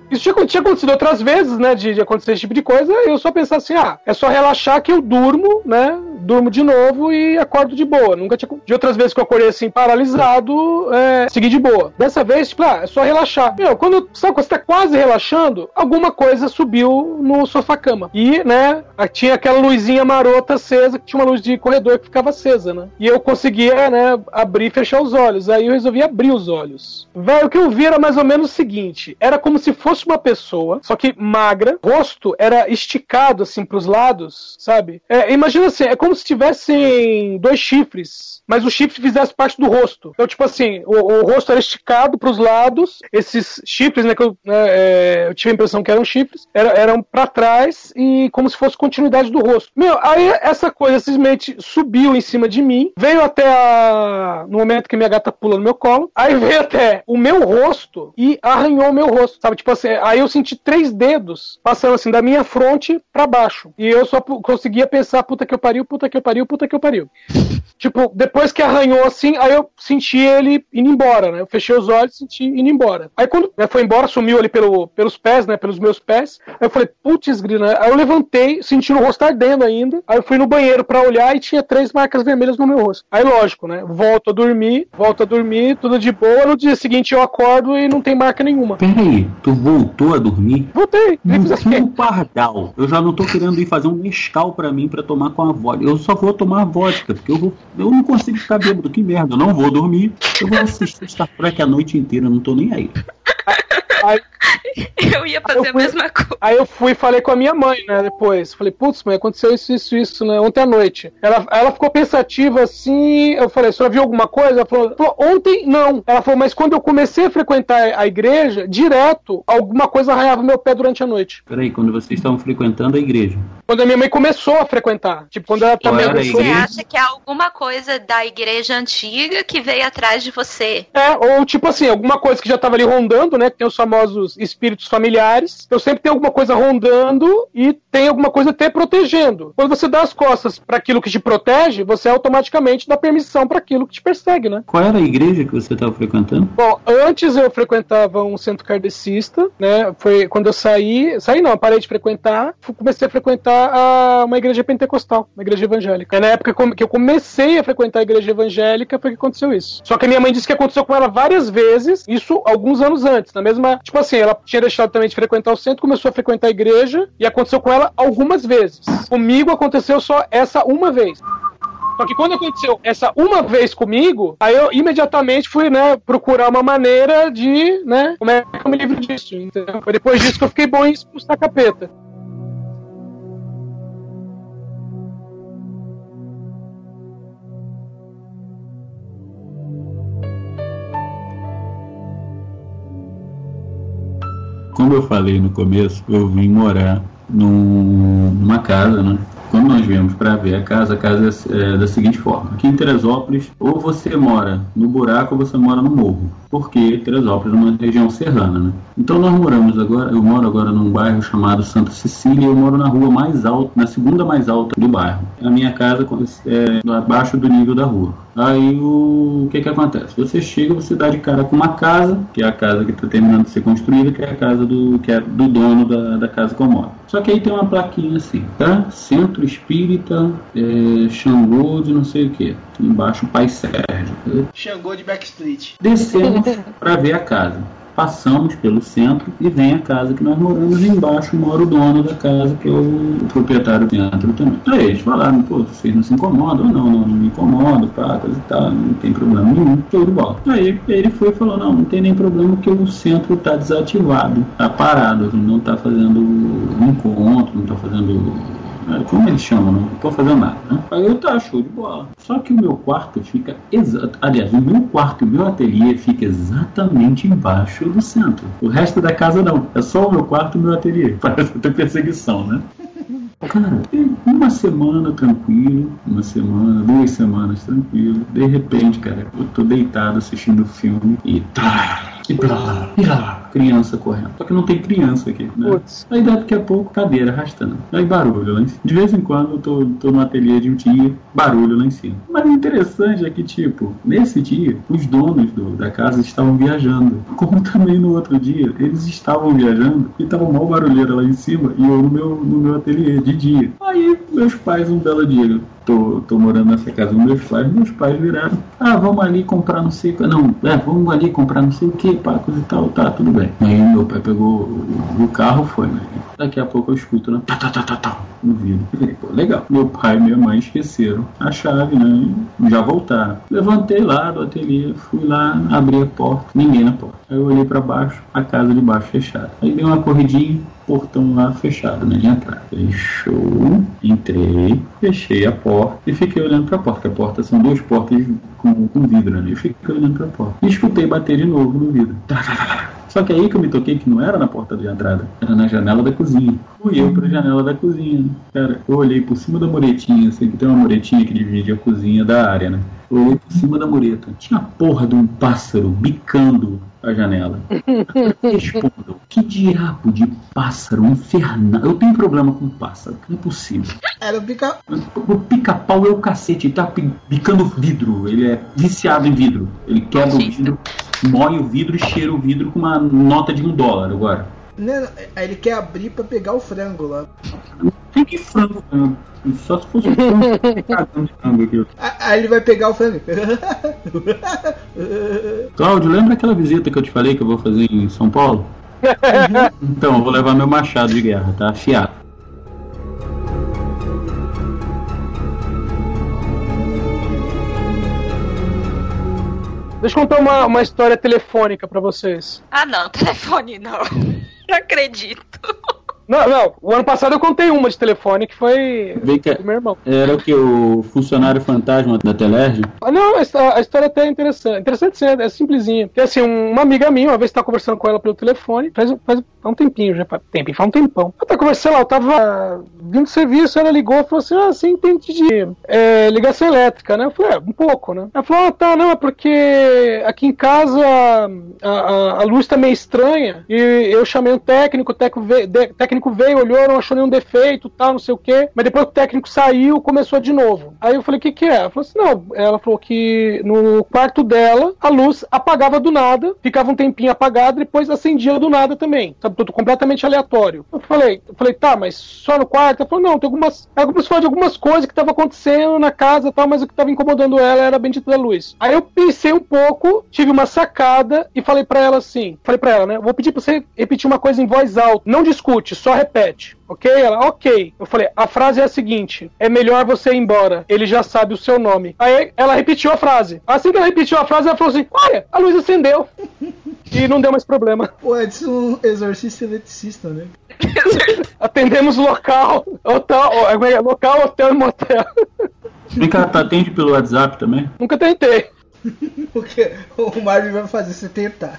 F: isso tinha, tinha acontecido outras vezes, né, de, de acontecer esse tipo de coisa, e eu só pensava assim, ah, é só relaxar que eu durmo, né, durmo de novo e acordo de boa. Nunca tinha... De outras vezes que eu acordei assim, paralisado, é, segui de boa. Dessa vez, tipo, ah, é só relaxar. Meu, quando, sabe, quando você tá quase relaxando, alguma coisa subiu no sofá-cama. E, né, tinha aquela luzinha marota acesa, que tinha uma luz de corredor que ficava acesa, né. E eu conseguia, né, abrir e fechar os olhos. Aí eu resolvi abrir os olhos. Velho, o que eu vi era mais ou menos o seguinte, era como se fosse uma pessoa, só que magra, o rosto era esticado, assim, pros lados, sabe? É, imagina assim, é como se tivessem dois chifres, mas o chifre fizesse parte do rosto. Então, tipo assim, o, o rosto era esticado pros lados, esses chifres, né, que eu, né, é, eu tive a impressão que eram chifres, era, eram pra trás e como se fosse continuidade do rosto. Meu, aí essa coisa simplesmente subiu em cima de mim, veio até a... no momento que minha gata pula no meu colo, aí veio até o meu rosto e arranhou o meu rosto, sabe? Tipo assim, aí eu senti três dedos passando assim da minha fronte pra baixo. E eu só p- conseguia pensar, puta que eu pariu, puta que eu pariu, puta que eu pariu. Tipo, depois que arranhou assim, aí eu senti ele indo embora, né? Eu fechei os olhos e senti indo embora. Aí quando né, foi embora, sumiu ali pelo, pelos pés, né? Pelos meus pés. Aí eu falei, putz, grina. Aí eu levantei, sentindo o rosto ardendo ainda. Aí eu fui no banheiro pra olhar e tinha três marcas vermelhas no meu rosto. Aí lógico, né? Volto a dormir, volto a dormir, tudo de boa. No dia seguinte eu acordo e não tem marca nenhuma.
D: Peraí, tu voltou a dormir?
F: Voltei. Nem fiz assim.
D: No pardal. Eu já não tô querendo ir fazer um mescal pra mim pra tomar com a vodka. Eu só vou tomar a vodka, porque eu, vou, eu não consigo ficar bêbado. Que merda, eu não vou dormir. Eu vou assistir Star Trek a noite inteira, eu não tô nem aí.
F: Aí,
E: Eu ia fazer
F: eu fui,
E: a mesma coisa.
F: Aí eu fui e falei com a minha mãe, né, depois. Falei, putz, mãe, aconteceu isso, isso, isso, né, ontem à noite. Ela, ela ficou pensativa assim, eu falei, a senhora viu alguma coisa? Ela falou, falou, ontem não. Ela falou, mas quando eu comecei a frequentar a igreja, direto, alguma coisa arranhava meu pé durante a noite.
D: Peraí, quando vocês estavam frequentando a igreja?
F: Quando a minha mãe começou a frequentar. Tipo, quando ela também...
D: Era a
E: Você
D: igreja?
E: acha que é alguma coisa da igreja antiga que veio atrás de você?
F: É, ou tipo assim, alguma coisa que já tava ali rondando, né, que tem os famosos espíritos familiares. Eu sempre tenho alguma coisa rondando e tem alguma coisa até protegendo. Quando você dá as costas para aquilo que te protege, você automaticamente dá permissão para aquilo que te persegue, né?
D: Qual era a igreja que você estava frequentando?
F: Bom, antes eu frequentava um centro kardecista, né? Foi quando eu saí, saí não, parei de frequentar, comecei a frequentar a, uma igreja pentecostal, uma igreja evangélica. É na época que eu comecei a frequentar a igreja evangélica foi que aconteceu isso. Só que a minha mãe disse que aconteceu com ela várias vezes, isso alguns anos antes, na mesma, tipo assim, ela tinha deixado também de frequentar o centro, começou a frequentar a igreja e aconteceu com ela algumas vezes. Comigo aconteceu só essa uma vez. Só que quando aconteceu essa uma vez comigo, aí eu imediatamente fui, né, procurar uma maneira de, né, como é que eu me livro disso, entendeu? Foi depois disso que eu fiquei bom em expulsar capeta.
D: Como eu falei no começo, eu vim morar num, numa casa, né? Quando nós viemos para ver a casa, a casa é da seguinte forma. Aqui em Teresópolis, ou você mora no buraco ou você mora no morro. Porque Teresópolis é uma região serrana, né? Então nós moramos agora, eu moro agora num bairro chamado Santa Cecília, eu moro na rua mais alta, na segunda mais alta do bairro. A minha casa é abaixo do nível da rua. Aí o, o que que acontece? Você chega, você dá de cara com uma casa, que é a casa que está terminando de ser construída, que é a casa do, que é do dono da, da casa que eu moro. Só que aí tem uma plaquinha assim, tá? Centro Espírita, é, Xangô de não sei o que. Embaixo Pai Sérgio.
C: Xangô de Backstreet.
D: Descemos para ver a casa. Passamos pelo centro e vem a casa que nós moramos, e embaixo mora o dono da casa, que é o, o proprietário do centro também. Aí eles falaram, pô, vocês não se incomodam? Não, não, não me incomodo, pá, coisa e tal, não tem problema nenhum, tudo bom. Aí ele foi e falou, não, não tem nem problema porque o centro está desativado, está parado, não está fazendo encontro, não está fazendo... Como eles chamam, não estou fazendo nada, né? Aí eu tá, show de bola. Só que o meu quarto fica exato. Aliás, o meu quarto e o meu ateliê fica exatamente embaixo do centro. O resto da casa não. É só o meu quarto e o meu ateliê. Parece ter perseguição, né? Cara, uma semana tranquilo, uma semana, duas semanas tranquilo. De repente, cara, eu tô deitado assistindo filme e tá, E blá, e blá, criança correndo. Só que não tem criança aqui, né?
F: Putz.
D: Aí daqui a pouco, cadeira arrastando. Aí barulho lá em cima. De vez em quando eu tô, tô no ateliê de um tio, barulho lá em cima. Mas o interessante é que, tipo, nesse dia, os donos do, da casa estavam viajando. Como também no outro dia, eles estavam viajando e tava mal barulheira lá em cima e eu no meu, no meu ateliê de dia. Aí meus pais, um belo dia, tô, tô morando nessa casa com meus pais, meus pais viraram, ah, vamos ali comprar não sei o que, não, é, vamos ali comprar não sei o que, pá, coisa e tal, tá, tudo bem. Aí meu pai pegou o, o carro, foi, né? Daqui a pouco eu escuto, né, tá, tá, tá, tá, tá, no vidro. Eu falei, pô, legal. Meu pai e minha mãe esqueceram a chave, né, e já voltaram. Levantei lá do ateliê, fui lá, abri a porta, ninguém na porta. Aí eu olhei pra baixo, a casa de baixo fechada. Aí dei uma corridinha, portão lá fechado, né, de entrada. Fechou, entrei, fechei a porta e fiquei olhando pra porta, porque a porta são duas portas com, com vidro, né, eu fiquei olhando pra porta. E escutei bater de novo no vidro. Só que aí que eu me toquei que não era na porta de entrada, era na janela da cozinha. Fui eu pra janela da cozinha. Cara, eu olhei por cima da muretinha, assim, que tem uma muretinha que divide a cozinha da área, né? Eu olhei por cima da mureta. Tinha a porra de um pássaro bicando a janela. Respondam, que diabo de pássaro infernal? Eu tenho problema com pássaro, não é possível.
C: Era o pica...
D: O pica-pau é o cacete, ele tá picando vidro, ele é viciado em vidro. Ele quebra o vidro, moe o vidro e cheira o vidro com uma nota de um dólar agora.
C: Não, aí ele quer abrir pra pegar o frango lá.
D: Tem que frango, né? Só se fosse um frango cagando de frango aqui.
C: Aí ele vai pegar o frango.
D: Cláudio, lembra aquela visita que eu te falei que eu vou fazer em São Paulo? Então, eu vou levar meu machado de guerra, tá? Afiado.
F: Deixa eu contar uma, uma história telefônica pra vocês.
E: Ah, não, telefone não. Não acredito.
F: Não, não, o ano passado eu contei uma de telefone que foi
D: Vem que
F: do meu irmão.
D: Era o que? O funcionário fantasma da Telerge?
F: Ah, não, a, a história até é interessante. Interessante sim, é simplesinha. Porque assim, uma amiga minha, uma vez estava conversando com ela pelo telefone, faz, faz um tempinho já, tempo, faz um tempão. Eu tava conversando lá, eu tava vindo do serviço, ela ligou e falou assim, ah, você entende de é, ligação elétrica, né? Eu falei, é, um pouco, né? Ela falou, ah, tá, não, é porque aqui em casa a, a, a luz tá meio estranha e eu chamei um técnico, o técnico veio, de, técnico veio, olhou, não achou nenhum defeito, tal, não sei o quê, mas depois que o técnico saiu, começou de novo. Aí eu falei, o que que é? Ela falou assim, não, ela falou que no quarto dela, a luz apagava do nada, ficava um tempinho apagada, depois acendia do nada também, sabe, tudo completamente aleatório. Eu falei, eu falei, tá, mas só no quarto? Ela falou, não, tem algumas, ela começou a falar de algumas coisas que estavam acontecendo na casa, tal, mas o que estava incomodando ela era a bendita da luz. Aí eu pensei um pouco, tive uma sacada e falei pra ela assim, falei pra ela, né, vou pedir pra você repetir uma coisa em voz alta, não discute, só repete. Ok? Ela, ok. Eu falei, a frase é a seguinte, é melhor você ir embora, ele já sabe o seu nome. Aí ela repetiu a frase. Assim que ela repetiu a frase, ela falou assim, olha, a luz acendeu. E não deu mais problema.
C: O Edson, exorcista e eletricista, né?
F: Atendemos local, hotel, local, hotel e motel.
D: Vem cá, tá, atende pelo WhatsApp também?
F: Nunca tentei.
C: Porque o Marvin vai fazer você tentar.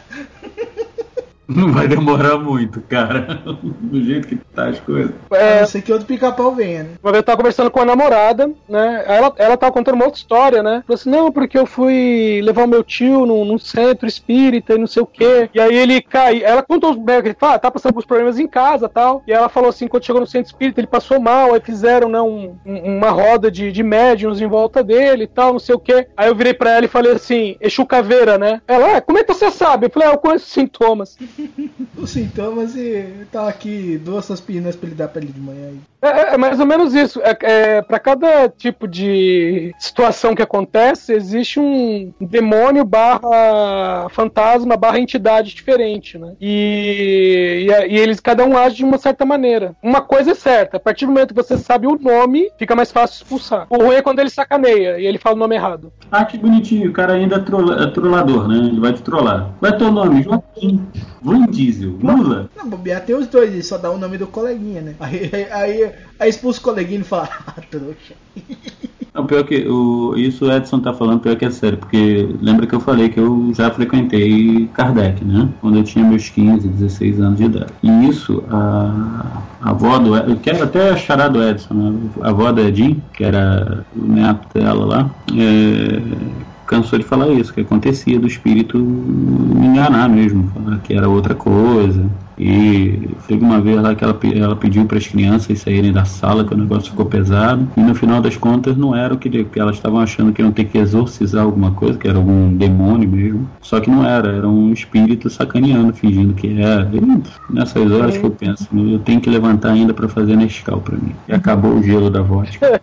D: Não vai demorar muito, cara. Do jeito que tá as coisas.
C: É, a não ser que outro pica-pau venha, né?
F: Uma vez eu tava conversando com a namorada, né? Ela, ela tava contando uma outra história, né? Falou assim, não, porque eu fui levar o meu tio num, num centro espírita e não sei o quê. E aí ele caiu. Ela contou os que ele fala, tá passando alguns problemas em casa e tal. E ela falou assim, quando chegou no centro espírita, ele passou mal, aí fizeram, né, um, um, uma roda de, de médiums em volta dele e tal, não sei o quê. Aí eu virei pra ela e falei assim, Exu Caveira, né? Ela, ah, como é que você sabe? Eu falei, ah, eu conheço os sintomas.
C: Os sintomas e tá aqui duas aspirinas pra ele dar pra ele de manhã aí.
F: É, é mais ou menos isso. É, é, para cada tipo de situação que acontece, existe um demônio barra fantasma barra entidade diferente, né? E, e, e eles, cada um age de uma certa maneira. Uma coisa é certa, a partir do momento que você sabe o nome, fica mais fácil expulsar. O ruim é quando ele sacaneia e ele fala o nome errado.
D: Ah, que bonitinho, o cara ainda é, trola, é trollador, né? Ele vai te trollar. Qual é teu nome? Joaquim. Vin Diesel. Lula.
C: Não, bobear tem os dois, ele só dá o nome do coleguinha, né? Aí, aí, aí, aí expulsa o coleguinha e fala, ah, trouxa.
D: Não, pior que o, isso o Edson tá falando, pior que é sério, porque lembra que eu falei que eu já frequentei Kardec, né? Quando eu tinha meus quinze, dezesseis anos de idade. E isso, a, a avó do Edson, eu quero até a chará do Edson, né? A avó da Edin, que era o neto dela lá, é, cansou de falar isso, que acontecia do espírito me enganar mesmo, falar que era outra coisa. E teve uma vez lá que ela, ela pediu para as crianças saírem da sala, que o negócio ficou pesado, e no final das contas não era o que, que elas estavam achando que iam ter que exorcizar alguma coisa, que era algum demônio mesmo, só que não era, era um espírito sacaneando, fingindo que era. E nessas horas que eu penso, eu tenho que levantar ainda para fazer Nescau para mim. E acabou o gelo da vodka.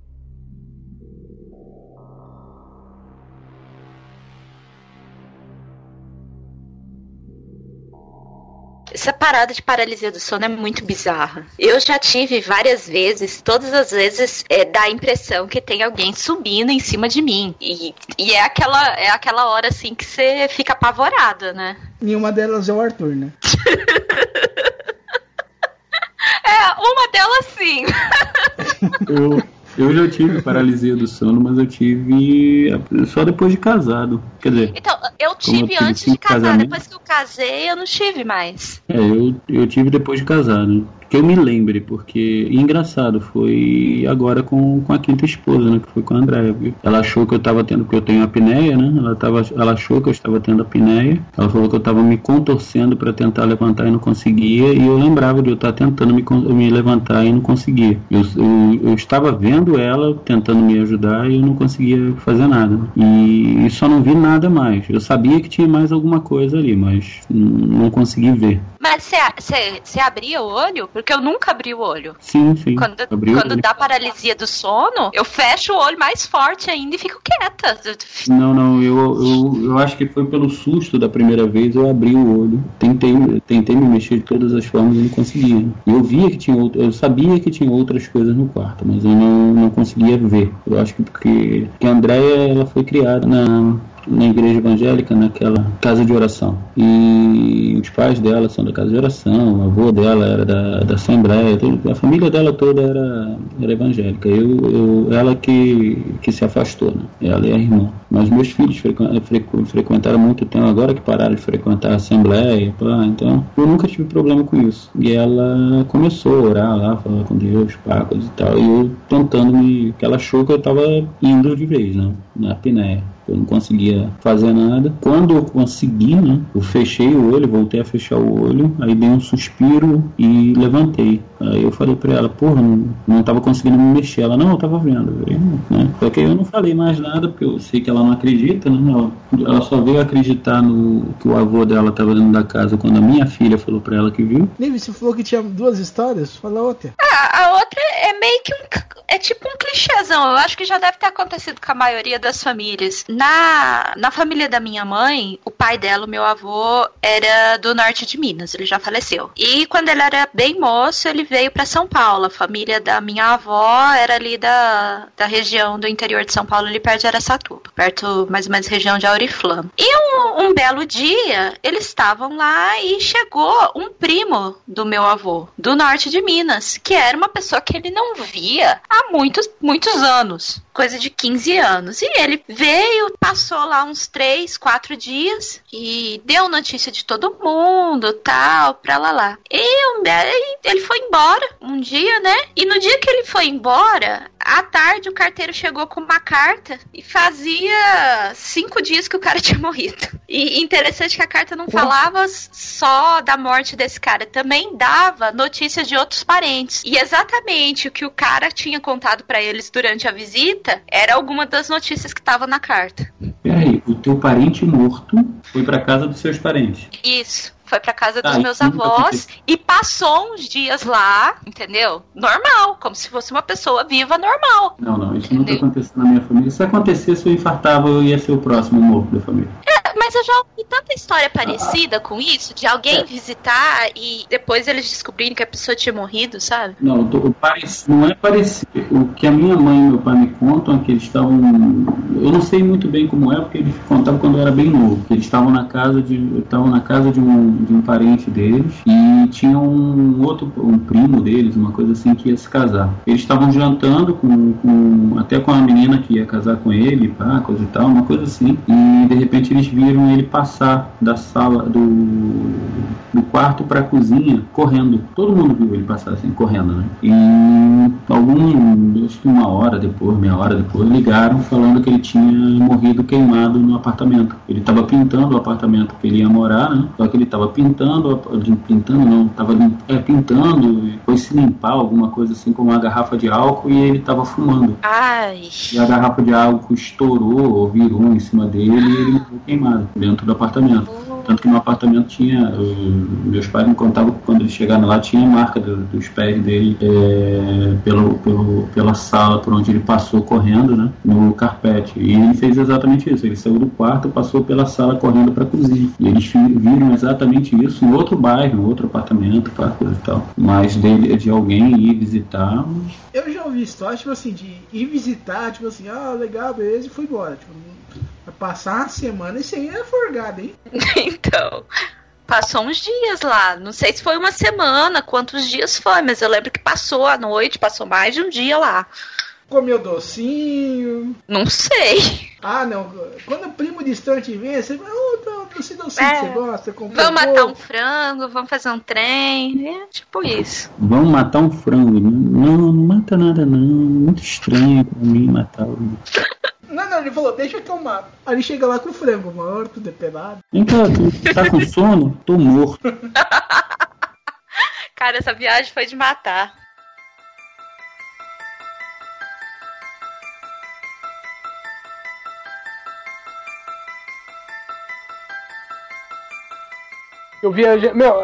E: Essa parada de paralisia do sono é muito bizarra. Eu já tive várias vezes, todas as vezes é, dá a impressão que tem alguém subindo em cima de mim. E, e é, aquela, é aquela hora assim que você fica apavorada, né?
C: Nenhuma delas é o Arthur, né?
E: É, uma delas sim.
D: Eu... Eu já tive paralisia do sono, mas eu tive só depois de casado. Quer dizer...
E: Então, eu tive eu antes de casar. Casamento. Depois que eu casei, eu não tive mais.
D: É, eu, eu tive depois de casado. Que eu me lembre, porque... E engraçado, foi agora com, com a quinta esposa, né? Que foi com a Andréia. Ela achou que eu tava tendo... Porque eu tenho apneia, né? Ela, tava, ela achou que eu estava tendo apneia. Ela falou que eu tava me contorcendo para tentar levantar e não conseguia. E eu lembrava de eu estar tentando me, me levantar e não conseguia. Eu, eu, eu estava vendo ela tentando me ajudar e eu não conseguia fazer nada. E, e só não vi nada mais. Eu sabia que tinha mais alguma coisa ali, mas não consegui ver.
E: Mas você abria o olho? Porque eu nunca abri o olho.
D: Sim, sim.
E: Quando, quando dá paralisia do sono, eu fecho o olho mais forte ainda e fico quieta.
D: Não, não, eu, eu, eu acho que foi pelo susto da primeira vez, eu abri o olho. Tentei, tentei me mexer de todas as formas e não conseguia. Eu via que tinha, eu sabia que tinha outras coisas no quarto, mas eu não, não conseguia ver. Eu acho que porque, porque a Andréia, ela foi criada na... na igreja evangélica, naquela casa de oração. E os pais dela são da casa de oração, o avô dela era da, da Assembleia, tudo, a família dela toda era, era evangélica. Eu, eu, ela que, que se afastou, né? Ela e a irmã. Mas meus filhos frequ, frequ, frequentaram muito tempo, agora que pararam de frequentar a Assembleia, pá, então eu nunca tive problema com isso. E ela começou a orar lá, falar com Deus, pá, coisa e tal, e eu tentando me... que ela achou que eu estava indo de vez, né? Na apneia. Eu não conseguia fazer nada. Quando eu consegui, né, eu fechei o olho, voltei a fechar o olho, aí dei um suspiro e levantei. Aí eu falei pra ela, porra, não, não tava conseguindo me mexer. Ela, não, eu tava vendo. Eu falei, né? Só que eu não falei mais nada, porque eu sei que ela não acredita, né? Ela, ela só veio acreditar no que o avô dela tava dentro da casa quando a minha filha falou pra ela que viu.
C: Nive, você falou que tinha duas histórias, fala outra.
E: Ah, a outra é meio que um... é tipo um clichêzão. Eu acho que já deve ter acontecido com a maioria das famílias. Na, na família da minha mãe, o pai dela, o meu avô, era do norte de Minas, ele já faleceu. E quando ele era bem moço, ele veio para São Paulo. A família da minha avó era ali da, da região do interior de São Paulo, ali perto de Araçatuba, perto mais ou menos região de Auriflama. E um, um belo dia, eles estavam lá e chegou um primo do meu avô, do norte de Minas, que era uma pessoa que ele não via há muitos, muitos anos. Coisa de quinze anos. E ele veio, passou lá uns três, quatro dias e deu notícia de todo mundo, tal, pra lá lá. E ele foi embora um dia, né? E no dia que ele foi embora, à tarde o carteiro chegou com uma carta e fazia cinco dias que o cara tinha morrido. E interessante que a carta não falava só da morte desse cara, também dava notícias de outros parentes. E exatamente o que o cara tinha contado pra eles durante a visita era alguma das notícias que estavam na carta.
D: Peraí, o teu parente morto foi pra casa dos seus parentes?
E: Isso. Foi pra casa dos
D: ah,
E: meus avós e passou uns dias lá, entendeu? Normal, como se fosse uma pessoa viva normal.
D: Não, não, isso entendeu? Nunca aconteceu na minha família. Se acontecesse, eu infartava, eu ia ser o próximo morto da família.
E: É, mas eu já ouvi tanta história parecida ah. com isso, de alguém é. visitar e depois eles descobrirem que a pessoa tinha morrido, sabe?
D: Não, tô, pareci, não é parecido. O que a minha mãe e meu pai me contam é que eles estavam... Eu não sei muito bem como é, porque eles contavam quando eu era bem novo. Eles estavam na casa de, estavam na casa de um... de um parente deles e tinha um outro, um primo deles, uma coisa assim, que ia se casar. Eles estavam jantando com, com até com a menina que ia casar com ele, pá, coisa e tal, uma coisa assim, e de repente eles viram ele passar da sala do do quarto pra cozinha, correndo. Todo mundo viu ele passar assim, correndo, né? E algum, acho que uma hora depois, meia hora depois, ligaram falando que ele tinha morrido queimado no apartamento. Ele estava pintando o apartamento que ele ia morar, né? Só que ele estava pintando, pintando não, estava é, pintando, e foi se limpar, alguma coisa assim, com uma garrafa de álcool, e ele estava fumando.
E: Ai.
D: E a garrafa de álcool estourou, ou virou em cima dele, e ele morreu queimado dentro do apartamento. Tanto que no apartamento tinha, uh, meus pais me contavam que quando eles chegaram lá tinha a marca do, dos pés dele é, pelo, pelo, pela sala por onde ele passou correndo, né, no carpete. E ele fez exatamente isso, ele saiu do quarto, passou pela sala correndo para a cozinha. E eles viram exatamente isso em outro bairro, em outro apartamento, coisa e tal. Mas dele, de alguém ir visitar...
C: Eu já ouvi história, tipo assim, de ir visitar, tipo assim, ah, legal, beleza, e foi embora. Tipo, vai passar uma semana e sem é forgado, hein?
E: Então, passou uns dias lá. Não sei se foi uma semana, quantos dias foi, mas eu lembro que passou a noite, passou mais de um dia lá.
C: Comeu docinho?
E: Não sei.
C: Ah, não. Quando o primo distante vem, você fala, oh, doce docinho
E: É.
C: que você gosta.
E: Vamos
C: um
E: matar
C: pouco.
E: um frango, vamos fazer um trem. É tipo isso.
D: Vamos matar um frango. Não, não mata nada não. Muito estranho pra mim matar o...
C: Não, não, ele falou, deixa que eu mato. Aí ele chega lá com o frango morto, depelado.
D: Vem cá, tu tá com sono? Tô morto.
E: Cara, essa viagem foi de matar.
F: Eu viajei. Meu,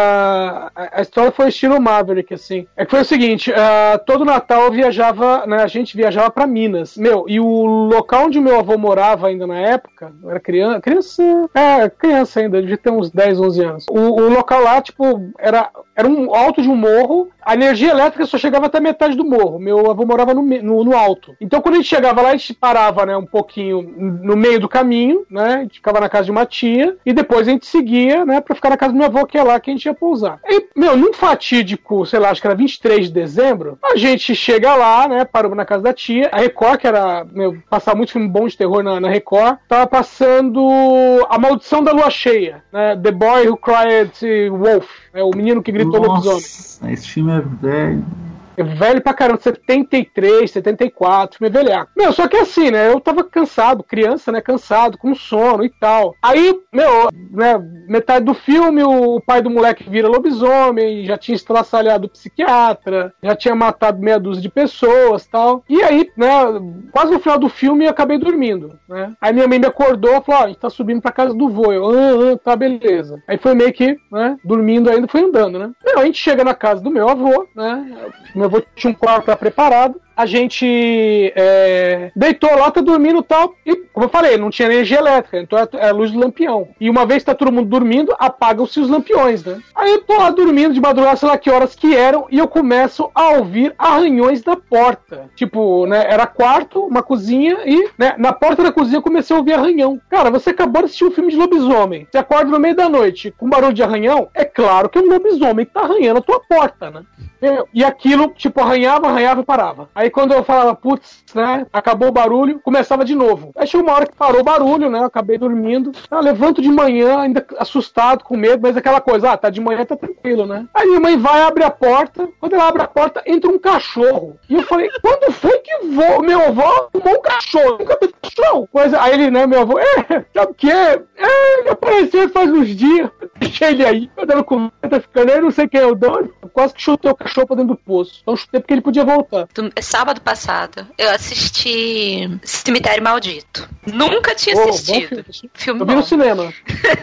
F: a, a, a história foi estilo Maverick, assim. É que foi o seguinte: uh, todo Natal eu viajava, né? A gente viajava pra Minas. Meu, e o local onde meu avô morava ainda na época, eu era criança. Criança. É, criança ainda, devia ter uns dez, onze anos. O, o local lá, tipo, era, era um alto de um morro. A energia elétrica só chegava até metade do morro. Meu avô morava no, no, no alto. Então, quando a gente chegava lá, a gente parava, né, um pouquinho no meio do caminho, né? A gente ficava na casa de uma tia. E depois a gente seguia, né, pra ficar na casa do meu avô, que é lá que a gente ia pousar. E, meu, num fatídico, sei lá, acho que era vinte e três de dezembro, a gente chega lá, né, parou na casa da tia. A Record, que era, meu, passava muito filme bom de terror na, na Record, tava passando A Maldição da Lua Cheia, né? The Boy Who Cried Wolf, né, o menino que gritou lobisomem.
D: Nossa, esse filme é velho.
F: É velho pra caramba, setenta e três, setenta e quatro, filme velhaco. Meu, só que assim, né, eu tava cansado, criança, né, cansado, com sono e tal. Aí, meu, né, metade do filme, o pai do moleque vira lobisomem, já tinha estraçalhado o psiquiatra, já tinha matado meia dúzia de pessoas e tal. E aí, né, quase no final do filme eu acabei dormindo, né. Aí minha mãe me acordou e falou, ó, a gente tá subindo pra casa do vô. Eu, ah, ah, tá, beleza. Aí foi meio que, né, dormindo ainda, foi andando, né. Meu, a gente chega na casa do meu avô, né, meu avô tinha um quarto lá preparado. A gente é, deitou lá, tá dormindo e tal. E, como eu falei, não tinha energia elétrica, então é a luz do lampião. E uma vez que tá todo mundo dormindo, apagam-se os lampiões, né? Aí eu tô lá dormindo de madrugada, sei lá que horas que eram, e eu começo a ouvir arranhões da porta. Tipo, né, era quarto, uma cozinha, e né, na porta da cozinha eu comecei a ouvir arranhão. Cara, você acabou de assistir um filme de lobisomem. Você acorda no meio da noite com barulho de arranhão, é claro que é um lobisomem que tá arranhando a tua porta, né? E aquilo, tipo, arranhava, arranhava e parava. Aí quando eu falava, putz, né, acabou o barulho, começava de novo. Aí chegou uma hora que parou o barulho, né, eu acabei dormindo. Eu levanto de manhã, ainda assustado, com medo, mas aquela coisa, ah, tá de manhã, tá tranquilo, né. Aí minha mãe vai, abre a porta, quando ela abre a porta, entra um cachorro. E eu falei, quando foi que vô, meu avô arrumou um cachorro? Nunca vi cachorro. Mas aí ele, né, meu avô, é, sabe o que é? É, ele apareceu faz uns dias, deixei ele aí, eu dando comida, tá ficando aí, não sei quem é o dono. Eu quase que chutei o cachorro pra dentro do poço. Então chutei porque ele podia voltar.
E: Sábado passado, eu assisti Cemitério Maldito. Nunca tinha
F: Oh,
E: assistido.
F: filme.
E: Filme
F: Eu vi
E: bom.
F: no cinema.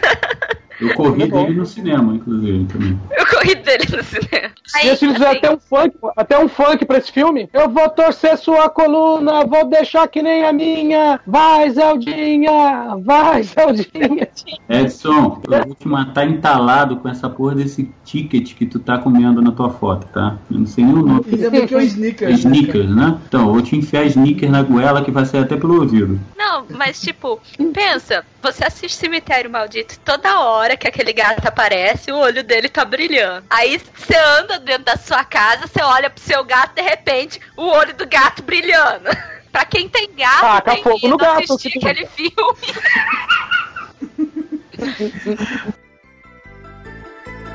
D: Eu corri dele no cinema, inclusive, também.
E: Eu corri dele no cinema.
F: E se eles fizeram até um funk, até um funk pra esse filme, eu vou torcer sua coluna, vou deixar que nem a minha. Vai, Zeldinha! Vai, Zeldinha!
D: Edson, eu vou te matar entalado com essa porra desse ticket que tu tá comendo na tua foto, tá? Eu não sei nem o nome.
C: Ainda bem que é o
D: É
C: Snickers.
D: Snickers, né? Então, eu vou te enfiar Snickers na goela que vai sair até pelo ouvido.
E: Não, mas tipo, pensa, você assiste Cemitério Maldito toda hora que aquele gato aparece, o olho dele tá brilhando. Aí você anda dentro da sua casa, você olha pro seu gato, de repente, o olho do gato brilhando. Pra quem tem gato,
F: Taca
E: tem
F: fogo
E: que
F: no gato,
E: assistir
F: tipo-
E: aquele filme.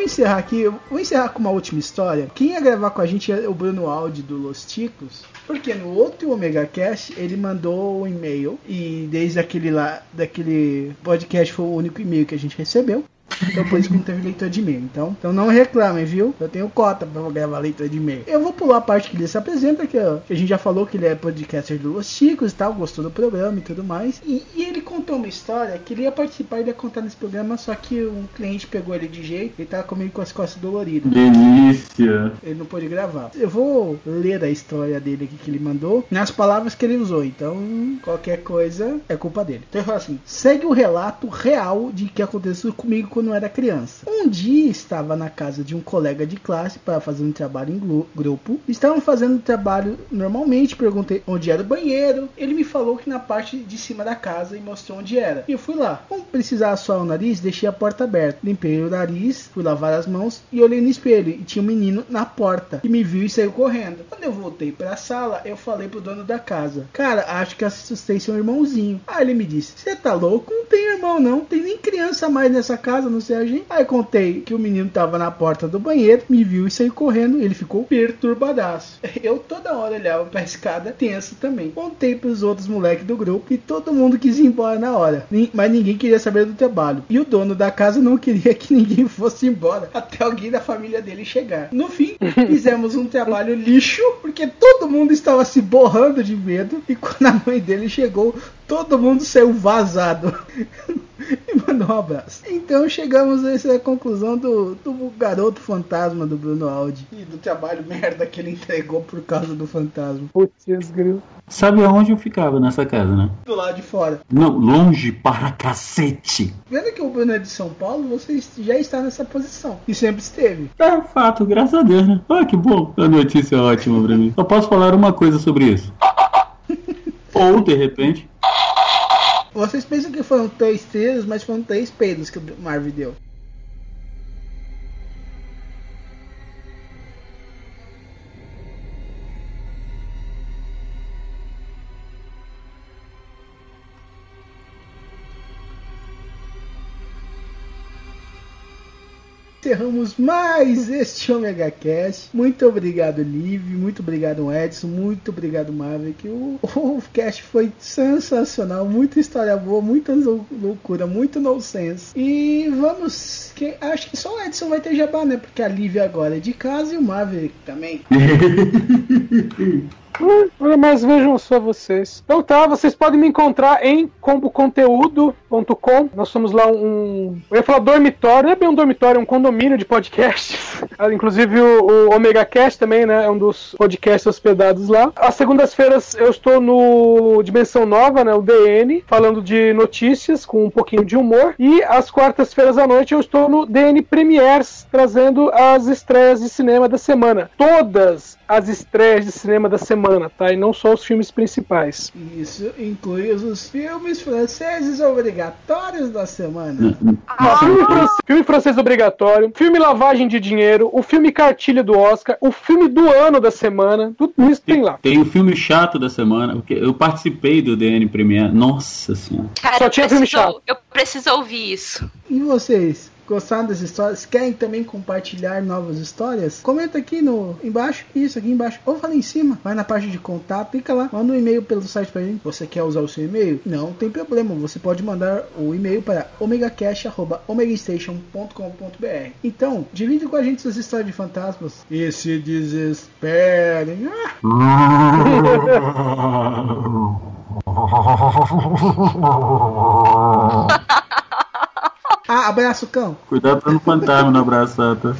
C: vamos encerrar aqui. Eu vou encerrar com uma última história. Quem ia gravar com a gente é o Bruno Aldi do Los Ticos. Porque no outro Omega Cast ele mandou um e-mail. E desde aquele lá, daquele podcast foi o único e-mail que a gente recebeu. Então por isso que não teve leitura de e-mail. Então, então não reclamem, viu? Eu tenho cota pra gravar leitura de e-mail. Eu vou pular a parte que ele se apresenta, que, ó, que a gente já falou que ele é podcaster do Los Chicos e tal, gostou do programa e tudo mais. E, e ele contou uma história que ele ia participar, ele ia contar nesse programa, só que um cliente pegou ele de jeito, ele tava comigo com as costas doloridas.
D: Delícia!
C: Ele não pôde gravar. Eu vou ler a história dele aqui que ele mandou, nas palavras que ele usou. Então, qualquer coisa é culpa dele. Então ele fala assim: segue o relato real de que aconteceu comigo quando eu era criança. Um dia estava na casa de um colega de classe para fazer um trabalho em grupo. Estavam fazendo o trabalho normalmente. Perguntei onde era o banheiro. Ele me falou que na parte de cima da casa e mostrou onde era. E eu fui lá. Como precisava suar o nariz, deixei a porta aberta. Limpei o nariz, fui lavar as mãos e olhei no espelho. E tinha um menino na porta que me viu e saiu correndo. Quando eu voltei para a sala, eu falei pro dono da casa: cara, acho que assustei seu irmãozinho. Aí ele me disse: você tá louco? Não tem irmão não. Tem nem criança mais nessa casa, não sei a gente. Aí contei que o menino tava na porta do banheiro, me viu e saiu correndo. Ele ficou perturbadaço. Eu toda hora olhava pra escada, tenso também. Contei pros outros moleques do grupo e todo mundo quis ir embora na hora. Mas ninguém queria saber do trabalho. E o dono da casa não queria que ninguém fosse embora até alguém da família dele chegar. No fim, fizemos um trabalho lixo, porque todo mundo estava se borrando de medo. E quando a mãe dele chegou, todo mundo saiu vazado. E mandou um abraço. Então chegamos a essa conclusão do, do garoto fantasma do Bruno Aldi e do trabalho merda que ele entregou por causa do fantasma.
F: Putz, grilo.
D: Sabe aonde eu ficava nessa casa, né?
C: Do lado de fora.
D: Não, longe para cacete.
C: Vendo que o Bruno é de São Paulo, você já está nessa posição. E sempre esteve.
D: É fato, graças a Deus, né? Ah, que bom. A notícia é ótima pra mim. Eu posso falar uma coisa sobre isso. Ou, de repente...
C: Vocês pensam que foram três tiros, mas foram três peidos que o Marvel deu. Encerramos mais este Omega Cast. Muito obrigado, Liv. Muito obrigado, Edson. Muito obrigado, Maverick. O, o cast foi sensacional. Muita história boa, muita loucura, muito nonsense. E vamos... Que, acho que só o Edson vai ter jabá, né? Porque a Liv agora é de casa e o Maverick também.
F: Mas vejam só vocês. Então tá, vocês podem me encontrar em combo conteúdo ponto com. Nós somos lá um... Eu ia falar dormitório, não é bem um dormitório, é um condomínio de podcasts. Inclusive o, o Omega Cast também, né? É um dos podcasts hospedados lá. Às segundas-feiras eu estou no Dimensão Nova, né? O D N, falando de notícias com um pouquinho de humor. E às quartas-feiras à noite eu estou no D N Premiers, trazendo as estreias de cinema da semana. Todas as estreias de cinema da semana, tá? E não só os filmes principais.
C: Isso inclui os filmes franceses obrigatórios da semana.
F: Ah, filme, francês, filme francês obrigatório, filme Lavagem de Dinheiro, o filme Cartilha do Oscar, o filme do ano da semana, tudo isso tem, tem lá.
D: Tem o filme chato da semana, porque eu participei do D N Premiere, nossa senhora.
E: Cara,
F: só tinha
E: preciso,
F: filme chato.
E: Eu preciso ouvir isso.
C: E vocês? Gostaram das histórias? Querem também compartilhar novas histórias? Comenta aqui no embaixo, isso aqui embaixo, ou fala em cima, vai na parte de contato, clica lá, manda um e-mail pelo site pra gente. Você quer usar o seu e-mail? Não tem problema, você pode mandar o e-mail para omegacast arroba omegastation ponto com ponto b r. Então, divide com a gente suas histórias de fantasmas e se desesperem. Ah, abraço, cão.
D: Cuidado pra não fantasma no abraço, tá?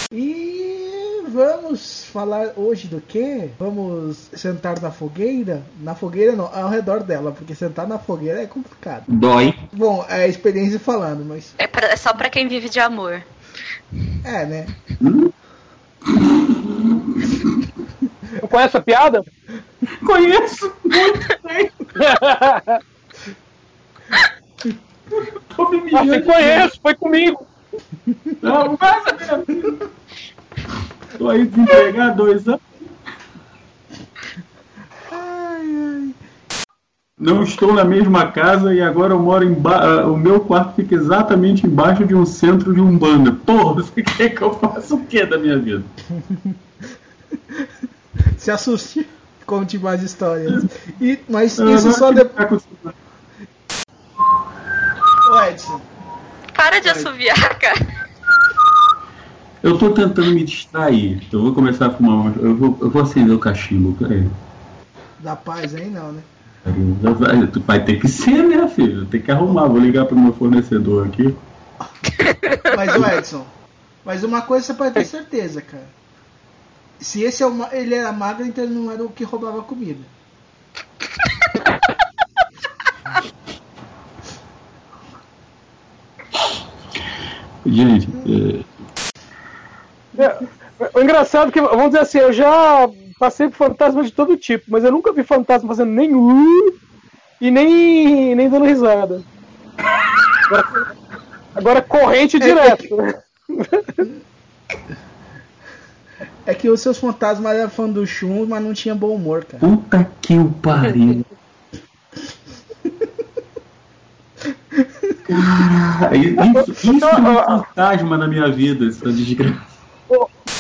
C: E vamos falar hoje do quê? Vamos sentar na fogueira? Na fogueira não, ao redor dela, porque sentar na fogueira é complicado.
D: Dói.
C: Bom, é a experiência falando, mas...
E: É, pra, é só pra quem vive de amor.
C: É, né?
D: Hum?
F: Eu conheço a piada?
D: Conheço muito bem. Tô me
F: Ah,
D: mijando.
F: sim, conheço, foi comigo.
D: Não, vai, meu. Tô aí desempregado há dois anos.
C: Ai, ai.
D: Não estou na mesma casa e agora eu moro embaixo. O meu quarto fica exatamente embaixo de um centro de Umbanda. Porra, você quer que eu faça o que da minha vida?
C: Se assuste, conte mais histórias. E, mas
D: Eu
C: isso
D: agora
C: só
D: fico
C: depois.
D: acostumado.
C: Ô Edson,
E: Para de assoviar, cara.
D: Eu tô tentando me distrair. Eu vou começar a fumar. uma- Eu vou, eu vou acender o cachimbo. Peraí.
C: da paz aí não, né?
D: Vai, tu vai ter que ser, né, filho? Tem que arrumar. Vou ligar pro meu fornecedor aqui.
C: Mas o Edson, mas uma coisa você pode ter certeza, cara. Se esse é uma, ele era magro, então ele não era o que roubava comida.
D: Gente, é,
F: É, o engraçado é que, vamos dizer assim, eu já passei por fantasma de todo tipo, mas eu nunca vi fantasma fazendo nem uh, e nem, nem dando risada. Agora, agora corrente direto. né?
C: É que os seus fantasmas eram fã do Shun, mas não tinha bom humor, cara.
D: puta que o pariu. Cara, isso, isso é um fantasma na minha vida, essa desgraça.